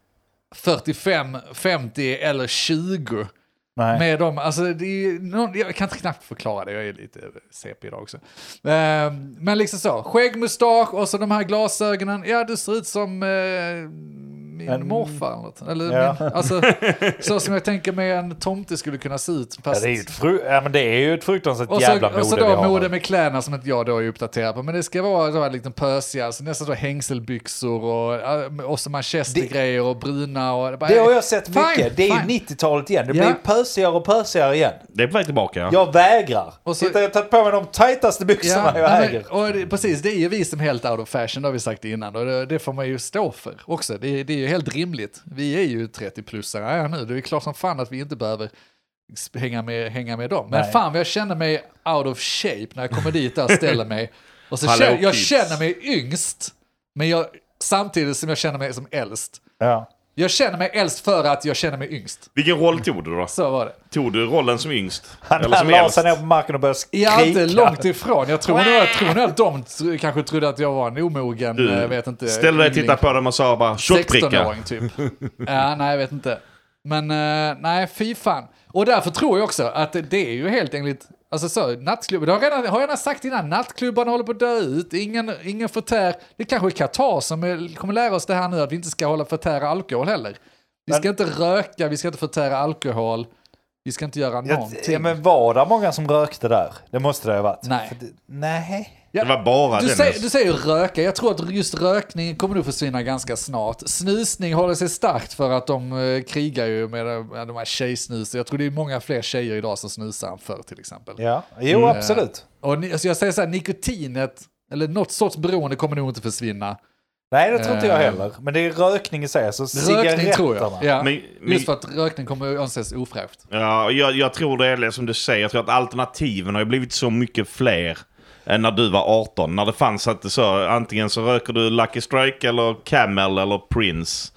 fyrtiofem, femtio eller tjugo. Nej. Med dem, alltså det är någon, jag kan knappt förklara det, jag är lite C P idag också. Uh, men liksom så, skäggmustasch och så de här glasögonen, ja du ser ut som uh, min en... morfar eller något. Eller ja. min, alltså, så som jag tänker mig en tomte skulle kunna se ut. Fast... Ja, det är ju ett, fru... ja, men det är ju ett fruktansvärt och så, jävla mode och så vi då har. mode med kläderna som inte jag då är uppdaterad på, men det ska vara så här lite pösiga, alltså nästan så hängselbyxor och, och så manchestergrejer och bruna och... Bara, det har jag sett fine, mycket, det är fine. ju nittiotalet igen, det Ja. blir pösigare och pösigare igen. Det är på väg tillbaka, ja. Jag vägrar. Och så- Titta, jag har tagit på mig de tajtaste byxorna jag nej, äger. men, och det, precis, det är ju vi som är helt out of fashion, det har vi sagt innan. Och det, det får man ju stå för också. Det, det är ju helt rimligt. Vi är ju trettio-plussare ja, nu. Det är klart som fan att vi inte behöver hänga med, hänga med dem. Men Nej. fan, jag känner mig out of shape när jag kommer dit där och ställer mig. Och så Hallå, känner, jag kids. känner mig yngst, men jag, samtidigt som jag känner mig som äldst. Ja. Jag känner mig äldst för att jag känner mig yngst. Vilken roll tog du då? Så var det. Tog du rollen som yngst? Han, Eller han som la äldst? sig ner på marken och började skrika. Jag är inte långt ifrån. Jag tror nog, jag tror nog att de t- kanske trodde att jag var en omogen, Du jag vet inte. ställde dig och tittade på dem och sa bara tjockpricka. sexton-åring typ. Ja, nej, jag vet inte. Men uh, nej, fy fan. Och därför tror jag också att det är ju helt enligt, alltså så, nattklubbar, det har jag redan, har jag redan sagt innan, nattklubbarna håller på att dö ut, ingen, ingen förtär, det kanske är Qatar som är, kommer lära oss det här nu, att vi inte ska hålla förtära alkohol heller. Vi ska Men- inte röka, vi ska inte förtära alkohol, vi ska inte göra Ja, någonting. ja, men var det många som rökte där? Det måste det ha varit. Nej. För det, nej. Ja, Det var bara du, Dennis. säger, du säger röka, jag tror att just rökning kommer nog försvinna ganska snart. Snusning håller sig starkt för att de eh, krigar ju med de, de här tjejsnus. Jag tror det är många fler tjejer idag som snusar än förr till exempel. Ja, jo absolut. Och ni, alltså jag säger så här, nikotinet, eller något sorts beroende kommer nog inte försvinna. Nej, det tror inte jag Eh, heller. Men det är rökning i sig, alltså Rökning tror jag. cigaretterna. Ja. Men- men- Just för att rökning kommer att anses ofräscht. Ja, jag, jag tror det är det som du säger. Jag tror att alternativen har ju blivit så mycket fler än när du var arton. När det fanns att det så, antingen så röker du Lucky Strike eller Camel eller Prince.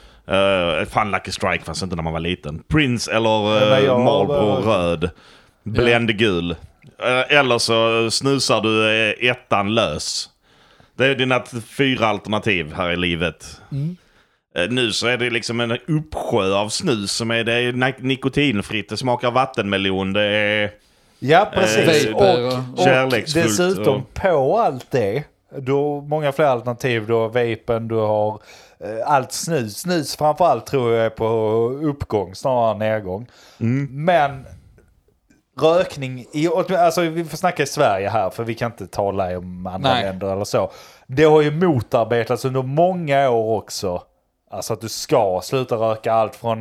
Uh, fan, Lucky Strike fanns inte när man var liten. Prince eller Eller uh, jag- Marlboro röd. Blend gul. Uh, eller så snusar du uh, ettan lös. Det är dina t- fyra alternativ här i livet. Mm. Uh, nu så är det liksom en uppsjö av snus som är, det är ni- nikotinfritt. Det smakar vattenmelon. Det är... Ja, precis. Eh, och, Vapor. och Kärleksfullt dessutom och- på allt det, då många fler alternativ. Du har vapen, du har eh, allt snus. Snus framförallt tror jag är på uppgång snarare än nedgång. Men rökning, i, alltså vi får snacka i Sverige här för vi kan inte tala om andra Nej. länder eller så. Det har ju motarbetats under många år också. Alltså att du ska sluta röka allt från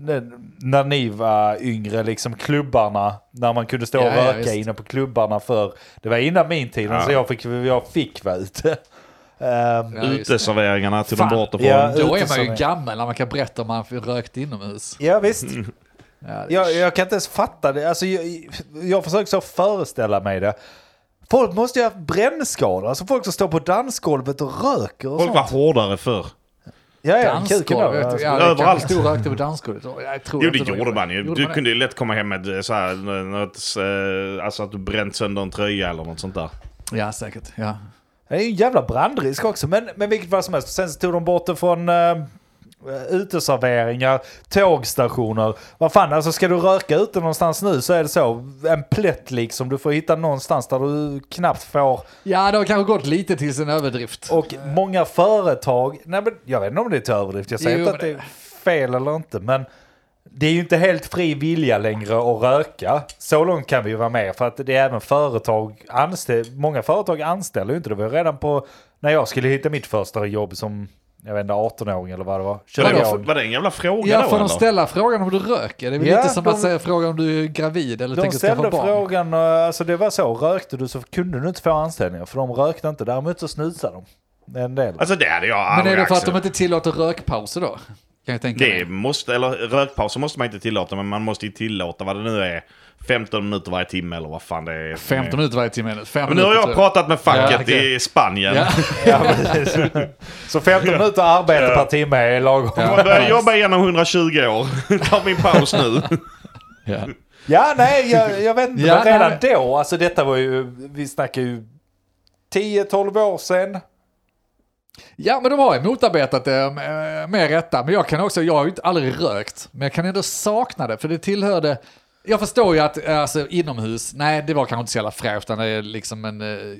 när ni var yngre, liksom klubbarna, när man kunde stå och Ja, ja, röka visst. inne på klubbarna för det var innan min tid, Ja. så jag fick, jag fick vara ute. Um, Ja, just det. Uteserveringarna till Fan. de borta från. Ja. Då är man ju Uteservering. gammal när man kan berätta om man rökt inomhus. ja visst. Ja, det är Jag, jag kan inte ens fatta det. Alltså, jag, jag försöker så föreställa mig det. Folk måste ju ha brännskador. Alltså folk som står på dansgolvet och röker och Folk var sånt. hårdare förr. Ja, ja, kuken då. Dansgolv, vet du. Alltså. Ja, det Överallt. kanske stod rökte på dansgolvet. Jag tror Jo, inte det de gjorde man ju. Gjorde Du man det? kunde ju lätt komma hem med så här, något, eh, alltså att du bränt sönder en tröja eller något sånt där. Ja, säkert. Ja. Det är ju en jävla brandrisk också. Men, men vilket fall som helst. Sen så tog de bort det från uh, uteserveringar, tågstationer. Vad fan, alltså ska du röka ute någonstans nu så är det så. En plätt liksom. Du får hitta någonstans där du knappt får. ja, det har kanske gått lite till sin överdrift. Och många företag, nej men jag vet inte om det är till överdrift. Jag säger Jo, inte att men det är fel eller inte. Men det är ju inte helt fri vilja längre att röka. Så långt kan vi ju vara med. För att det är även företag anställ, många företag anställer ju inte. Det var redan på när jag skulle hitta mitt första jobb som jag vet inte, arton-åring eller vad det var. Var det, var det en jävla fråga ja, då? får de eller? ställa frågan om du röker? Det är väl Ja, lite som de, att säga frågan om du är gravid eller de tänker skaffa barn. De ställde frågan, alltså det var så, rökte du så kunde du inte få anställningar. För de rökte inte, däremot så snusade de. En del. Alltså det hade jag Men aldrig är det för att accepterat. de inte tillåter rökpauser då? Kan jag tänka Det mig. måste, eller rökpauser måste man inte tillåta, men man måste ju tillåta vad det nu är. femton minuter varje timme eller vad fan det är. femton minuter varje timme. fem Men nu har minuter, jag tror pratat med facket Ja, okej. i Spanien. Ja. Ja, precis. Så femton minuter arbete Ja. per timme är lagom. Ja. Jag börjar jobba igenom hundratjugo år. Ta min paus nu. Ja. Ja, nej, jag, jag vet inte. Ja, men redan nej. då, alltså detta var ju, vi snackar ju tio tolv år sedan. Ja, men de har ju motarbetat det med, med rätta. Men jag kan också, jag har ju inte aldrig rökt. Men jag kan ändå sakna det, för det tillhörde... Jag förstår ju att alltså, inomhus, nej det var kanske inte så jävla fräscht, utan det är liksom en eh,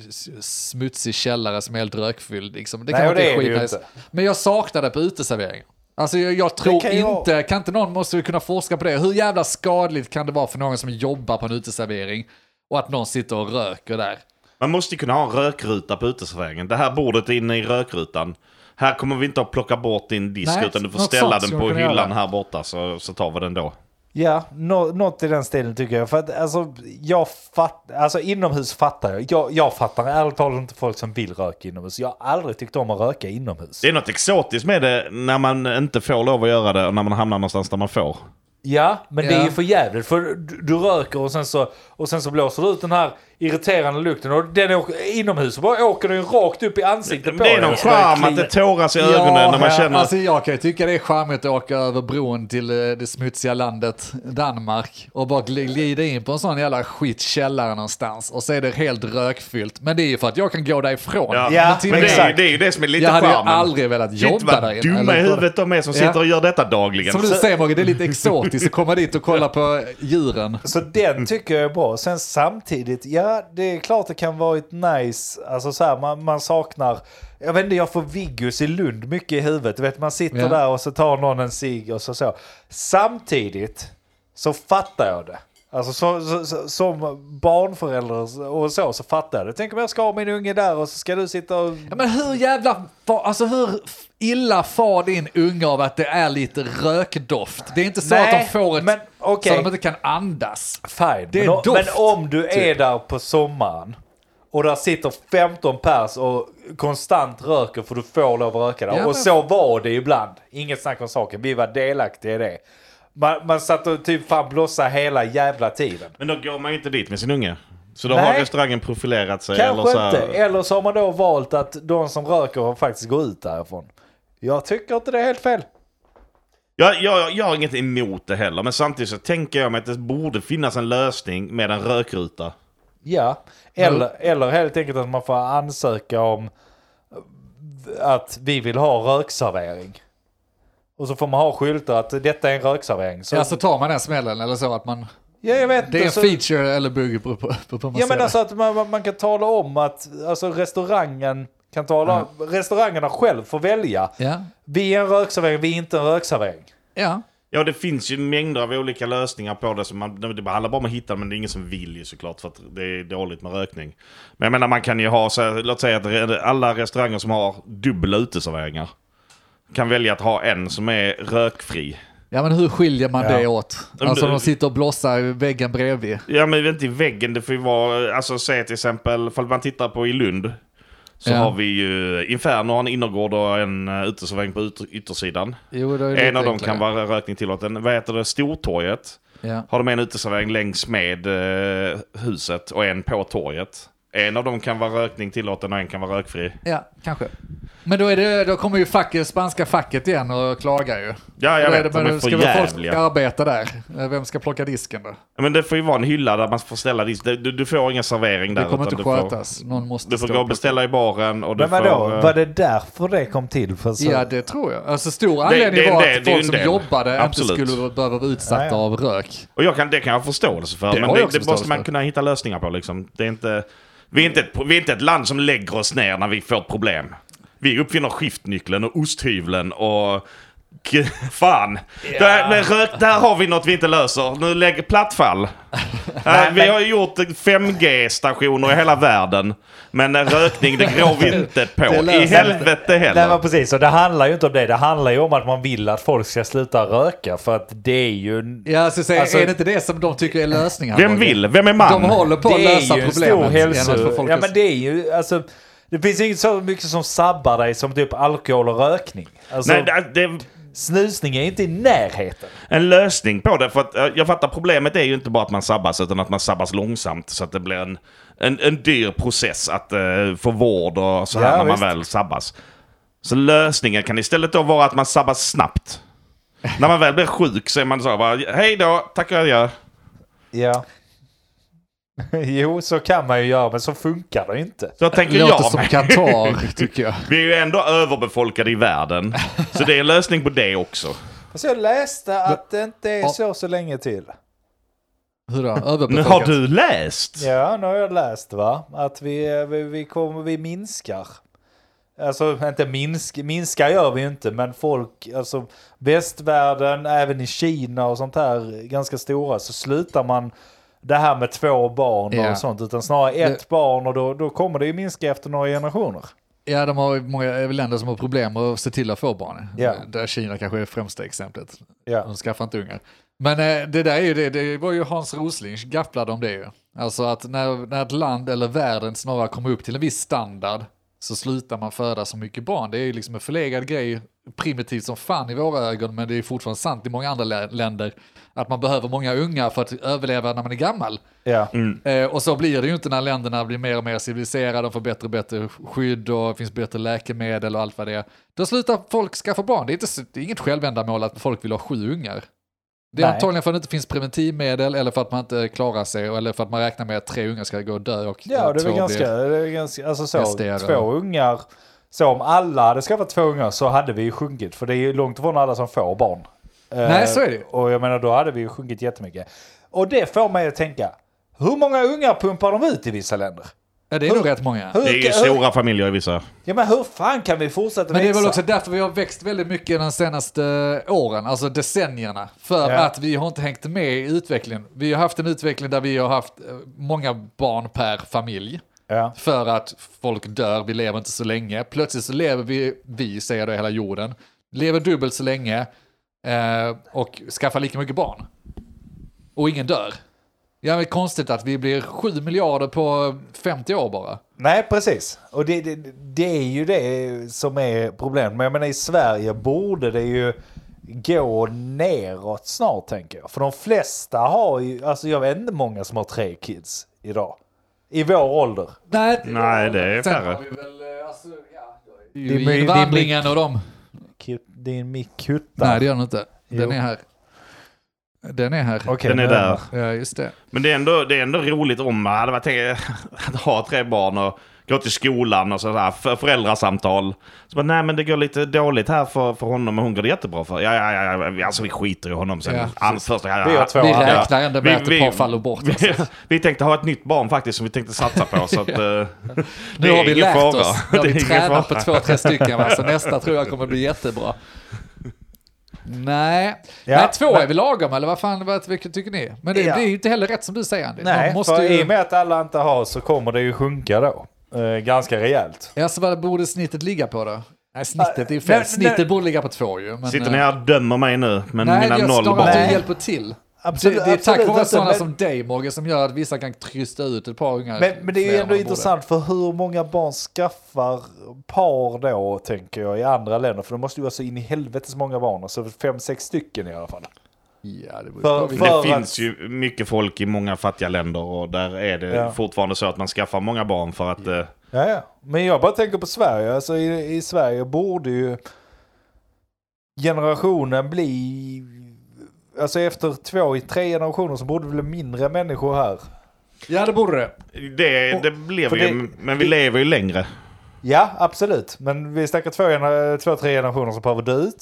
smutsig källare som är helt rökfylld. Liksom. Det kan Nej, vara och det är det skitnice. ju inte. Men jag saknade på uteservering. Alltså jag, jag tror kan ju inte, kan inte någon måste vi kunna forska på det. Hur jävla skadligt kan det vara för någon som jobbar på en uteservering och att någon sitter och röker där? Man måste ju kunna ha en rökruta på uteserveringen. Det här bordet är inne i rökrutan. Här kommer vi inte att plocka bort din disk, Nej, utan du får något ställa sånt den skulle på man kunna hyllan göra. här borta, så, så tar vi den då. Ja, nå, något i den stilen tycker jag. För att alltså, jag fatt, alltså inomhus fattar jag. jag. Jag fattar ärligt talat inte folk som vill röka inomhus. Jag har aldrig tyckt om att röka inomhus. Det är något exotiskt med det när man inte får lov att göra det och när man hamnar någonstans där man får. Ja, men det Ja. är ju för jävligt. För du, du röker och sen, så, och sen så blåser du ut den här irriterande lukten. Och den åker, inomhus så bara åker den charm upp i ansiktet på Det är dig. någon Och så börjar charm klia. att det tåras i ögonen när man känner... Alltså jag kan ju tycka det är charmigt att åka över bron till eh, det smutsiga landet Danmark och bara gl- glida in på en sån jävla skitkällare någonstans och så är det helt rökfyllt. Men det är ju för att jag kan gå därifrån. Ja, Ja, till men mig- det är, ju, det är ju det som är lite jag hade ju charmen. aldrig velat Shit, jobba vad där inne. dumma i Eller- huvudet de är som sitter Ja. och gör detta dagligen. Som du säger Morgan, det är lite exotiskt att komma dit och kolla på djuren. Så den tycker jag är bra. Sen samtidigt, ja det är klart det kan vara ett nice, alltså så här, man, man saknar, jag vet inte, jag får Viggus i Lund mycket i huvudet. Du vet, man sitter Ja. där och så tar någon en cigg och så så. Samtidigt så fattar jag det. Alltså så, så, så, som barnförälder och så, så fattar jag det. Tänk om jag ska ha min unge där och så ska du sitta och... Ja, men hur jävla, alltså hur illa far din unge av att det är lite rökdoft? Det är inte så Nej, att de får ett, men okej. så att de inte kan andas. Fine. Det är men, o- doft, men om du är typ. där på sommaren och där sitter femton pers och konstant röker för du får lov att röka där. Ja, och men- så var det ibland. Inget snack om saken. Vi var delaktiga i det. Man, man satt och typ fan blossa hela jävla tiden. Men då går man ju inte dit med sin unge. Så då Nej. har restaurangen profilerat sig. Kanske eller så här... inte. Eller så har man då valt att de som röker har faktiskt gå ut därifrån. Jag tycker inte det är helt fel. Jag, jag, jag har inget emot det heller, men samtidigt så tänker jag mig att det borde finnas en lösning med en rökruta. Ja, eller, eller helt enkelt att man får ansöka om att vi vill ha rökservering. Och så får man ha skyltar att detta är en rökservering. Så, Ja, så tar man den smällen eller så att man... ja, jag vet Det är en inte, så, feature eller bugg på, på, på, på man ja, ser men det. alltså att man, man- man kan tala om att alltså, restaurangen kan tala restaurangerna själv får välja. Ja, Vi är en rökservering, vi är inte en rökservering. ja. Ja, det finns ju mängder av olika lösningar på det. Som man, det handlar bara om att hitta, men det är ingen som vill ju såklart för att det är dåligt med rökning. Men jag menar, man kan ju ha, så här, låt säga att alla restauranger som har dubbla uteserveringar kan välja att ha en som är rökfri. Ja, men hur skiljer man Ja. det åt? Alltså du- de sitter och blossar i väggen bredvid. Ja, men inte i väggen, det får ju vara, alltså säg till exempel, ifall man tittar på i Lund, så Ja. har vi ju Inferno har en innergård och en uh, uteservering på ytter, yttersidan. Jo, då är det En lite av dem enklare. kan vara rökning tillåten. Vad heter det? Stortorget. Ja. Har de en uteservering längs med eh, huset och en på torget. En av dem kan vara rökning tillåten och en kan vara rökfri. Ja, kanske. Men då, är det, då kommer ju facket, spanska facket igen och klagar ju. Ja, jag Då är vet, det, de men är för ska väl folk jävliga. arbeta där? Vem ska plocka disken då? Men det får ju vara en hylla där man får ställa disk. Du, du får ingen servering där. Det kommer inte utan du får- skötas. Någon måste Du får stå gå och och beställa i baren och du Men vadå, får... eh, var det därför det kom till? För så... Ja, det tror jag. Alltså stor anledning det- var det- att det är folk en som del. jobbade Absolut. inte skulle behöva vara utsatta Ja, ja. av rök. Och jag kan, det kan jag ha förståelse för. Det men har det, jag också det måste förståelse man för. kunna hitta lösningar på. Liksom. Det är inte, vi, är inte ett, vi är inte ett land som lägger oss ner när vi får ett problem. Vi uppfinner skiftnyckeln och osthyveln och Fan. Ja. Där, men rök, där har vi något vi inte löser. Nu lägger plattfall. Nej, vi men... har gjort fem G-stationer i hela världen. Men rökning, det grår vi inte på. I helvete heller. Nej, men precis. Och det handlar ju inte om det. Det handlar ju om att man vill att folk ska sluta röka. För att det är ju... Ja, så säger, alltså, är det inte det som de tycker är lösningen? Vem vill? Vem är man? De håller på att det lösa är ju en problemet. stor hälso... Folk ja, men det är ju... Alltså, det finns ju inte så mycket som sabbar dig som typ alkohol och rökning. Alltså, Nej, det, det, snusning är inte i närheten. En lösning på det. För att, jag fattar, problemet är ju inte bara att man sabbas, utan att man sabbas långsamt. Så att det blir en, en, en dyr process att uh, få vård och så här ja, när visst. man väl sabbas. Så lösningen kan istället då vara att man sabbas snabbt. När man väl blir sjuk så är man så bara, hej då, tack och adjö. Ja. Jo, så kan man ju göra, men så funkar det inte. Så tänker låter jag som Qatar, tycker jag. Vi är ju ändå överbefolkade i världen. Så det är en lösning på det också. Alltså jag läste att det inte är så så länge till. Hur då? Nu Överbefolkat? har du läst? Ja, nu har jag läst va. Att vi, vi, vi, kommer, vi minskar. Alltså inte minsk, minskar gör vi ju inte, men folk, alltså västvärlden, även i Kina och sånt här ganska stora, så slutar man det här med två barn Ja. och sånt, utan snarare ett det, barn, och då, då kommer det ju minska efter några generationer. Ja, de har många länder som har problem att se till att få barn. Ja. Där Kina kanske är det främsta exemplet. Ja. De skaffar inte ungar. Men eh, det där är ju det, det var ju Hans Rosling gafflade om det ju. Alltså att när, när ett land eller världen snarare kommer upp till en viss standard så slutar man föda så mycket barn. Det är ju liksom en förlegad grej, primitivt som fan i våra ögon, men det är fortfarande sant i många andra lä- länder att man behöver många unga för att överleva när man är gammal. Ja. Mm. Eh, och så blir det ju inte när länderna blir mer och mer civiliserade, de får bättre och bättre skydd och finns bättre läkemedel och allt vad det är. Då slutar folk skaffa barn. Det är, inte, det är inget självändamål att folk vill ha sju ungar. Det är Nej. antagligen för att det inte finns preventivmedel eller för att man inte klarar sig eller för att man räknar med att tre ungar ska gå och dö. Och Ja, det är väl två ganska, blir- det är ganska, alltså så, S D R. två ungar, så om alla hade skaffat två ungar så hade vi ju sjunkit, för det är ju långt ifrån alla som får barn. Nej, så är det ju. Och jag menar, då hade vi ju sjunkit jättemycket. Och det får mig att tänka, hur många ungar pumpar de ut i vissa länder? Ja, det är Hur- nog rätt många. Hur, Det är ju hur, stora familjer i vissa. ja, men hur fan kan vi fortsätta Men det är växa? väl också därför vi har växt väldigt mycket de senaste åren, alltså decennierna. För Ja. att vi har inte hängt med i utvecklingen. Vi har haft en utveckling där vi har haft eh, många barn per familj. Ja. För att folk dör, vi lever inte så länge. Plötsligt så lever vi, vi säger det hela jorden, lever dubbelt så länge eh, och skaffar lika mycket barn. Och ingen dör. Ja, men konstigt att vi blir sju miljarder på femtio år bara. Nej, precis. Och det, det, det är ju det som är problemet. Men jag menar, i Sverige borde det ju gå neråt snart, tänker jag. För de flesta har ju, alltså jag vet inte många som har tre kids idag. I vår ålder. Nej, Nej, det är sen färre. har vi väl, eh, alltså, ja, Det är my- det är invandringen och dem. Din mick-kutta. Nej, det gör den inte. Den Jo. är här. Den är här. Okej, Den är nu- där. Ja, just det. Men det är ändå, det är ändå roligt om man hade varit att ha tre barn och gå till skolan och sådär, för föräldrasamtal. Så bara, nej men det går lite dåligt här för, för honom, men hon går det jättebra för. Ja, ja, ja, ja, alltså vi skiter i honom sen. Ja, Han, första, ja, ja, Vi har två Vi andra. räknar ändå med Vi- att ett vi- par faller bort. Vi, vi tänkte ha ett nytt barn faktiskt som vi tänkte satsa på. Så att, eh, det Nu är har vi ingen lärt fara. oss. Nu har Det är vi ingen tränat på fara. två, tre stycken. Va? Så nästa tror jag kommer bli jättebra. Nej, Ja, Nej två men- är väl lagom, eller vad fan, vad, vilket tycker ni? Men det, Ja. det är ju inte heller rätt som du säger, Andy. Nej, Man måste för ju... i och med att alla inte har så kommer det ju sjunka då. Eh, ganska rejält. Ja, så vad borde snittet ligga på då? Nej, snittet är ju Nej, fel. nej. Snittet borde ligga på två ju. Men, Sitter eh, ni här och dömer mig nu, men nej, mina jag noll snarare barn. att du Nej. hjälper till. Absolut, det, det är tack absolut vare inte, sådana men- som dig, Morgan, som gör att vissa kan krysta ut ett par ungar. Men, men det är ju fler ändå än de intressant, för hur många barn skaffar par då, tänker jag, i andra länder? För det måste ju vara så in i helvetes många barn. Alltså fem, sex stycken i alla fall. borde. Ja, det borde För- vara Det för- finns att- ju mycket folk i många fattiga länder och där är det Ja. fortfarande så att man skaffar många barn för att... eh, Ja, ja. Men jag bara tänker på Sverige. Alltså i, i Sverige borde ju generationen bli... Alltså efter två, tre generationer så borde det bli mindre människor här. Ja, det borde det. Det, det blev för ju, det- men vi lever ju längre. Ja, absolut. Men vi snackar två, gener- två tre generationer som behöver dö ut.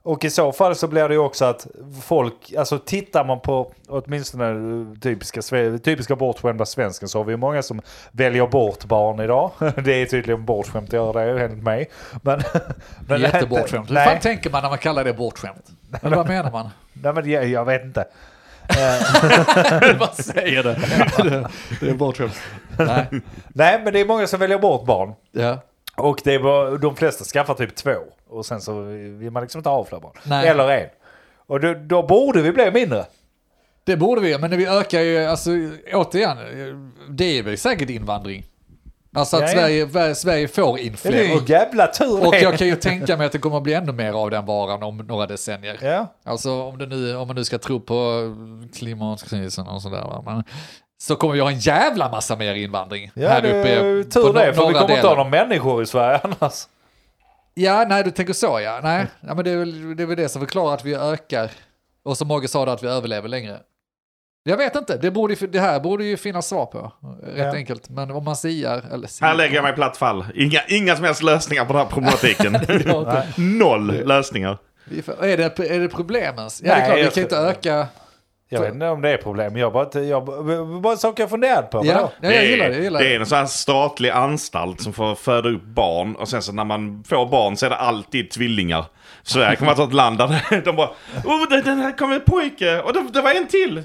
Och i så fall så blir det ju också att folk, alltså tittar man på åtminstone typiska, typiska bortskämda svensken, så har vi många som väljer bort barn idag. Det är tydligen bortskämt att göra det, enligt mig. Men, men jättebortskämt. Hur fan tänker man när man kallar det bortskämt? Eller vad menar man? Nej, men jag, jag vet inte. Vad säger det? Det är bortskämt. Nej. Nej, men det är många som väljer bort barn. Ja. Och det är bara, de flesta skaffar typ två. Och sen så vill man liksom inte ha fler barn. Nej. Eller en. Och då, då borde vi bli mindre. Det borde vi, men när vi ökar ju, alltså återigen, det är väl säkert invandring. Alltså att ja, ja. Sverige, Sverige får in fler. Det är ju en jävla tur. Och jag kan ju tänka mig att det kommer att bli ännu mer av den varan om några decennier. Ja. Alltså om, det nu, om man nu ska tro på klimatkrisen och sådär. Va? Men, så kommer vi ha en jävla massa mer invandring. Ja, här det uppe är tur på det, för vi kommer delen. inte ha några människor i Sverige annars. Ja, nej, du tänker så, ja. Nej, ja, men det är, väl, det är väl det som förklarar att vi ökar. Och som Mogge sa, att vi överlever längre. Jag vet inte, det, borde, det här borde ju finnas svar på. Rätt ja. enkelt. Men om man siar... Eller siar här lägger jag mig platt fall. Inga, inga som helst lösningar på den här problematiken. Noll lösningar. Är det, är det problemens? Ja, det är klart, vi kan inte öka... Jag vet inte om det är problem. Jag bara, jag, bara saker jag funderat på. Ja, ja, jag gillar det. Jag gillar det. Det är en sån här statlig anstalt som får föda upp barn. Och sen så när man får barn så är det alltid tvillingar. Sverige kommer att vara ett land där de bara, oh, den här kommer en pojke. Och det, det var en till.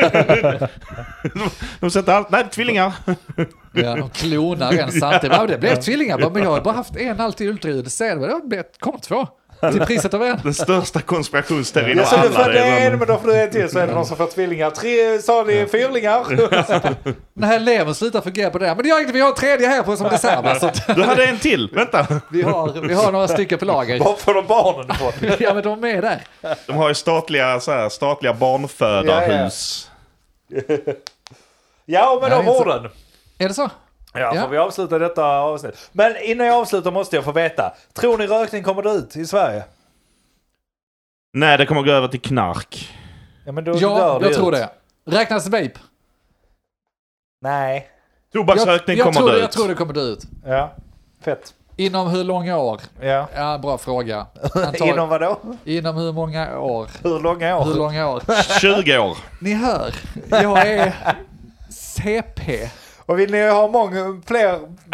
De sätter allt, nej, tvillingar. Ja, de klonar en samtidigt. Ja, det blev tvillingar. Men jag har bara haft en alltid ultraljud. Det säger det, det kom två. Till priset av en. Den största konspirationsteorin ja, av så alla. du får det en, men då får du en till, så är det någon som får tvillingar. Tre, sa ni, fyrlingar. Den här eleven slutar fungera på det. Men det gör inte, vi har en tredje här på som reserv. Alltså. Du hade en till, vänta. Vi har, vi har några stycken på lager. Var får de barnen ifrån? Ja, men de är där. De har ju statliga, så här, statliga barnfödarhus. Ja, ja. Ja, men de orden. Är det så? Ja, får vi avsluta detta avsnitt. Men innan jag avslutar måste jag få veta. Tror ni rökning kommer det ut i Sverige? Nej, det kommer gå över till knark. Ja, men då ja det jag ut. tror det. Räknas vape? Nej. Tobaksrökning jag, jag kommer tror, det ut. Jag tror det kommer det ut. Ja, fett. Inom hur långa år? Ja, ja bra fråga. Inom vad då? Inom hur många år? Hur långa år? Hur långa år? tjugo år. Ni hör, jag är C P. Och vill ni ha många fler...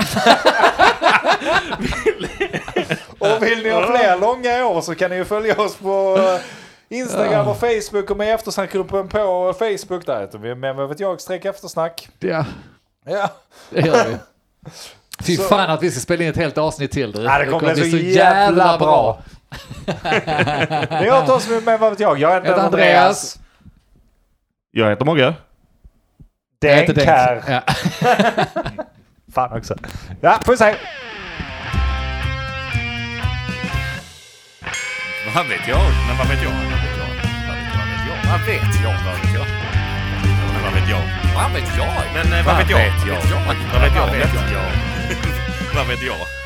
och vill ni ha fler långa år så kan ni ju följa oss på Instagram och Facebook och med eftersnackgruppen på Facebook. Där heter vi med vad vet jag, streck eftersnack. Ja, ja. Det gör vi. Fy så. Fan att vi ska spela in ett helt avsnitt till. Det, ja, det kommer bli så, så jävla, jävla bra. Det är åt oss med vad vet jag. Jag heter Andreas. Andreas. Jag heter Mogge. Denk här. Ja. Fan också. Ja, får vi se. Vad vet jag? Men vad vet jag? Vad vet jag? Vad vet jag? Vad vet jag? Men vad vet jag? Vad vet jag? Men vad vet jag? Vad vet jag? Vad vet jag? Vad vet jag?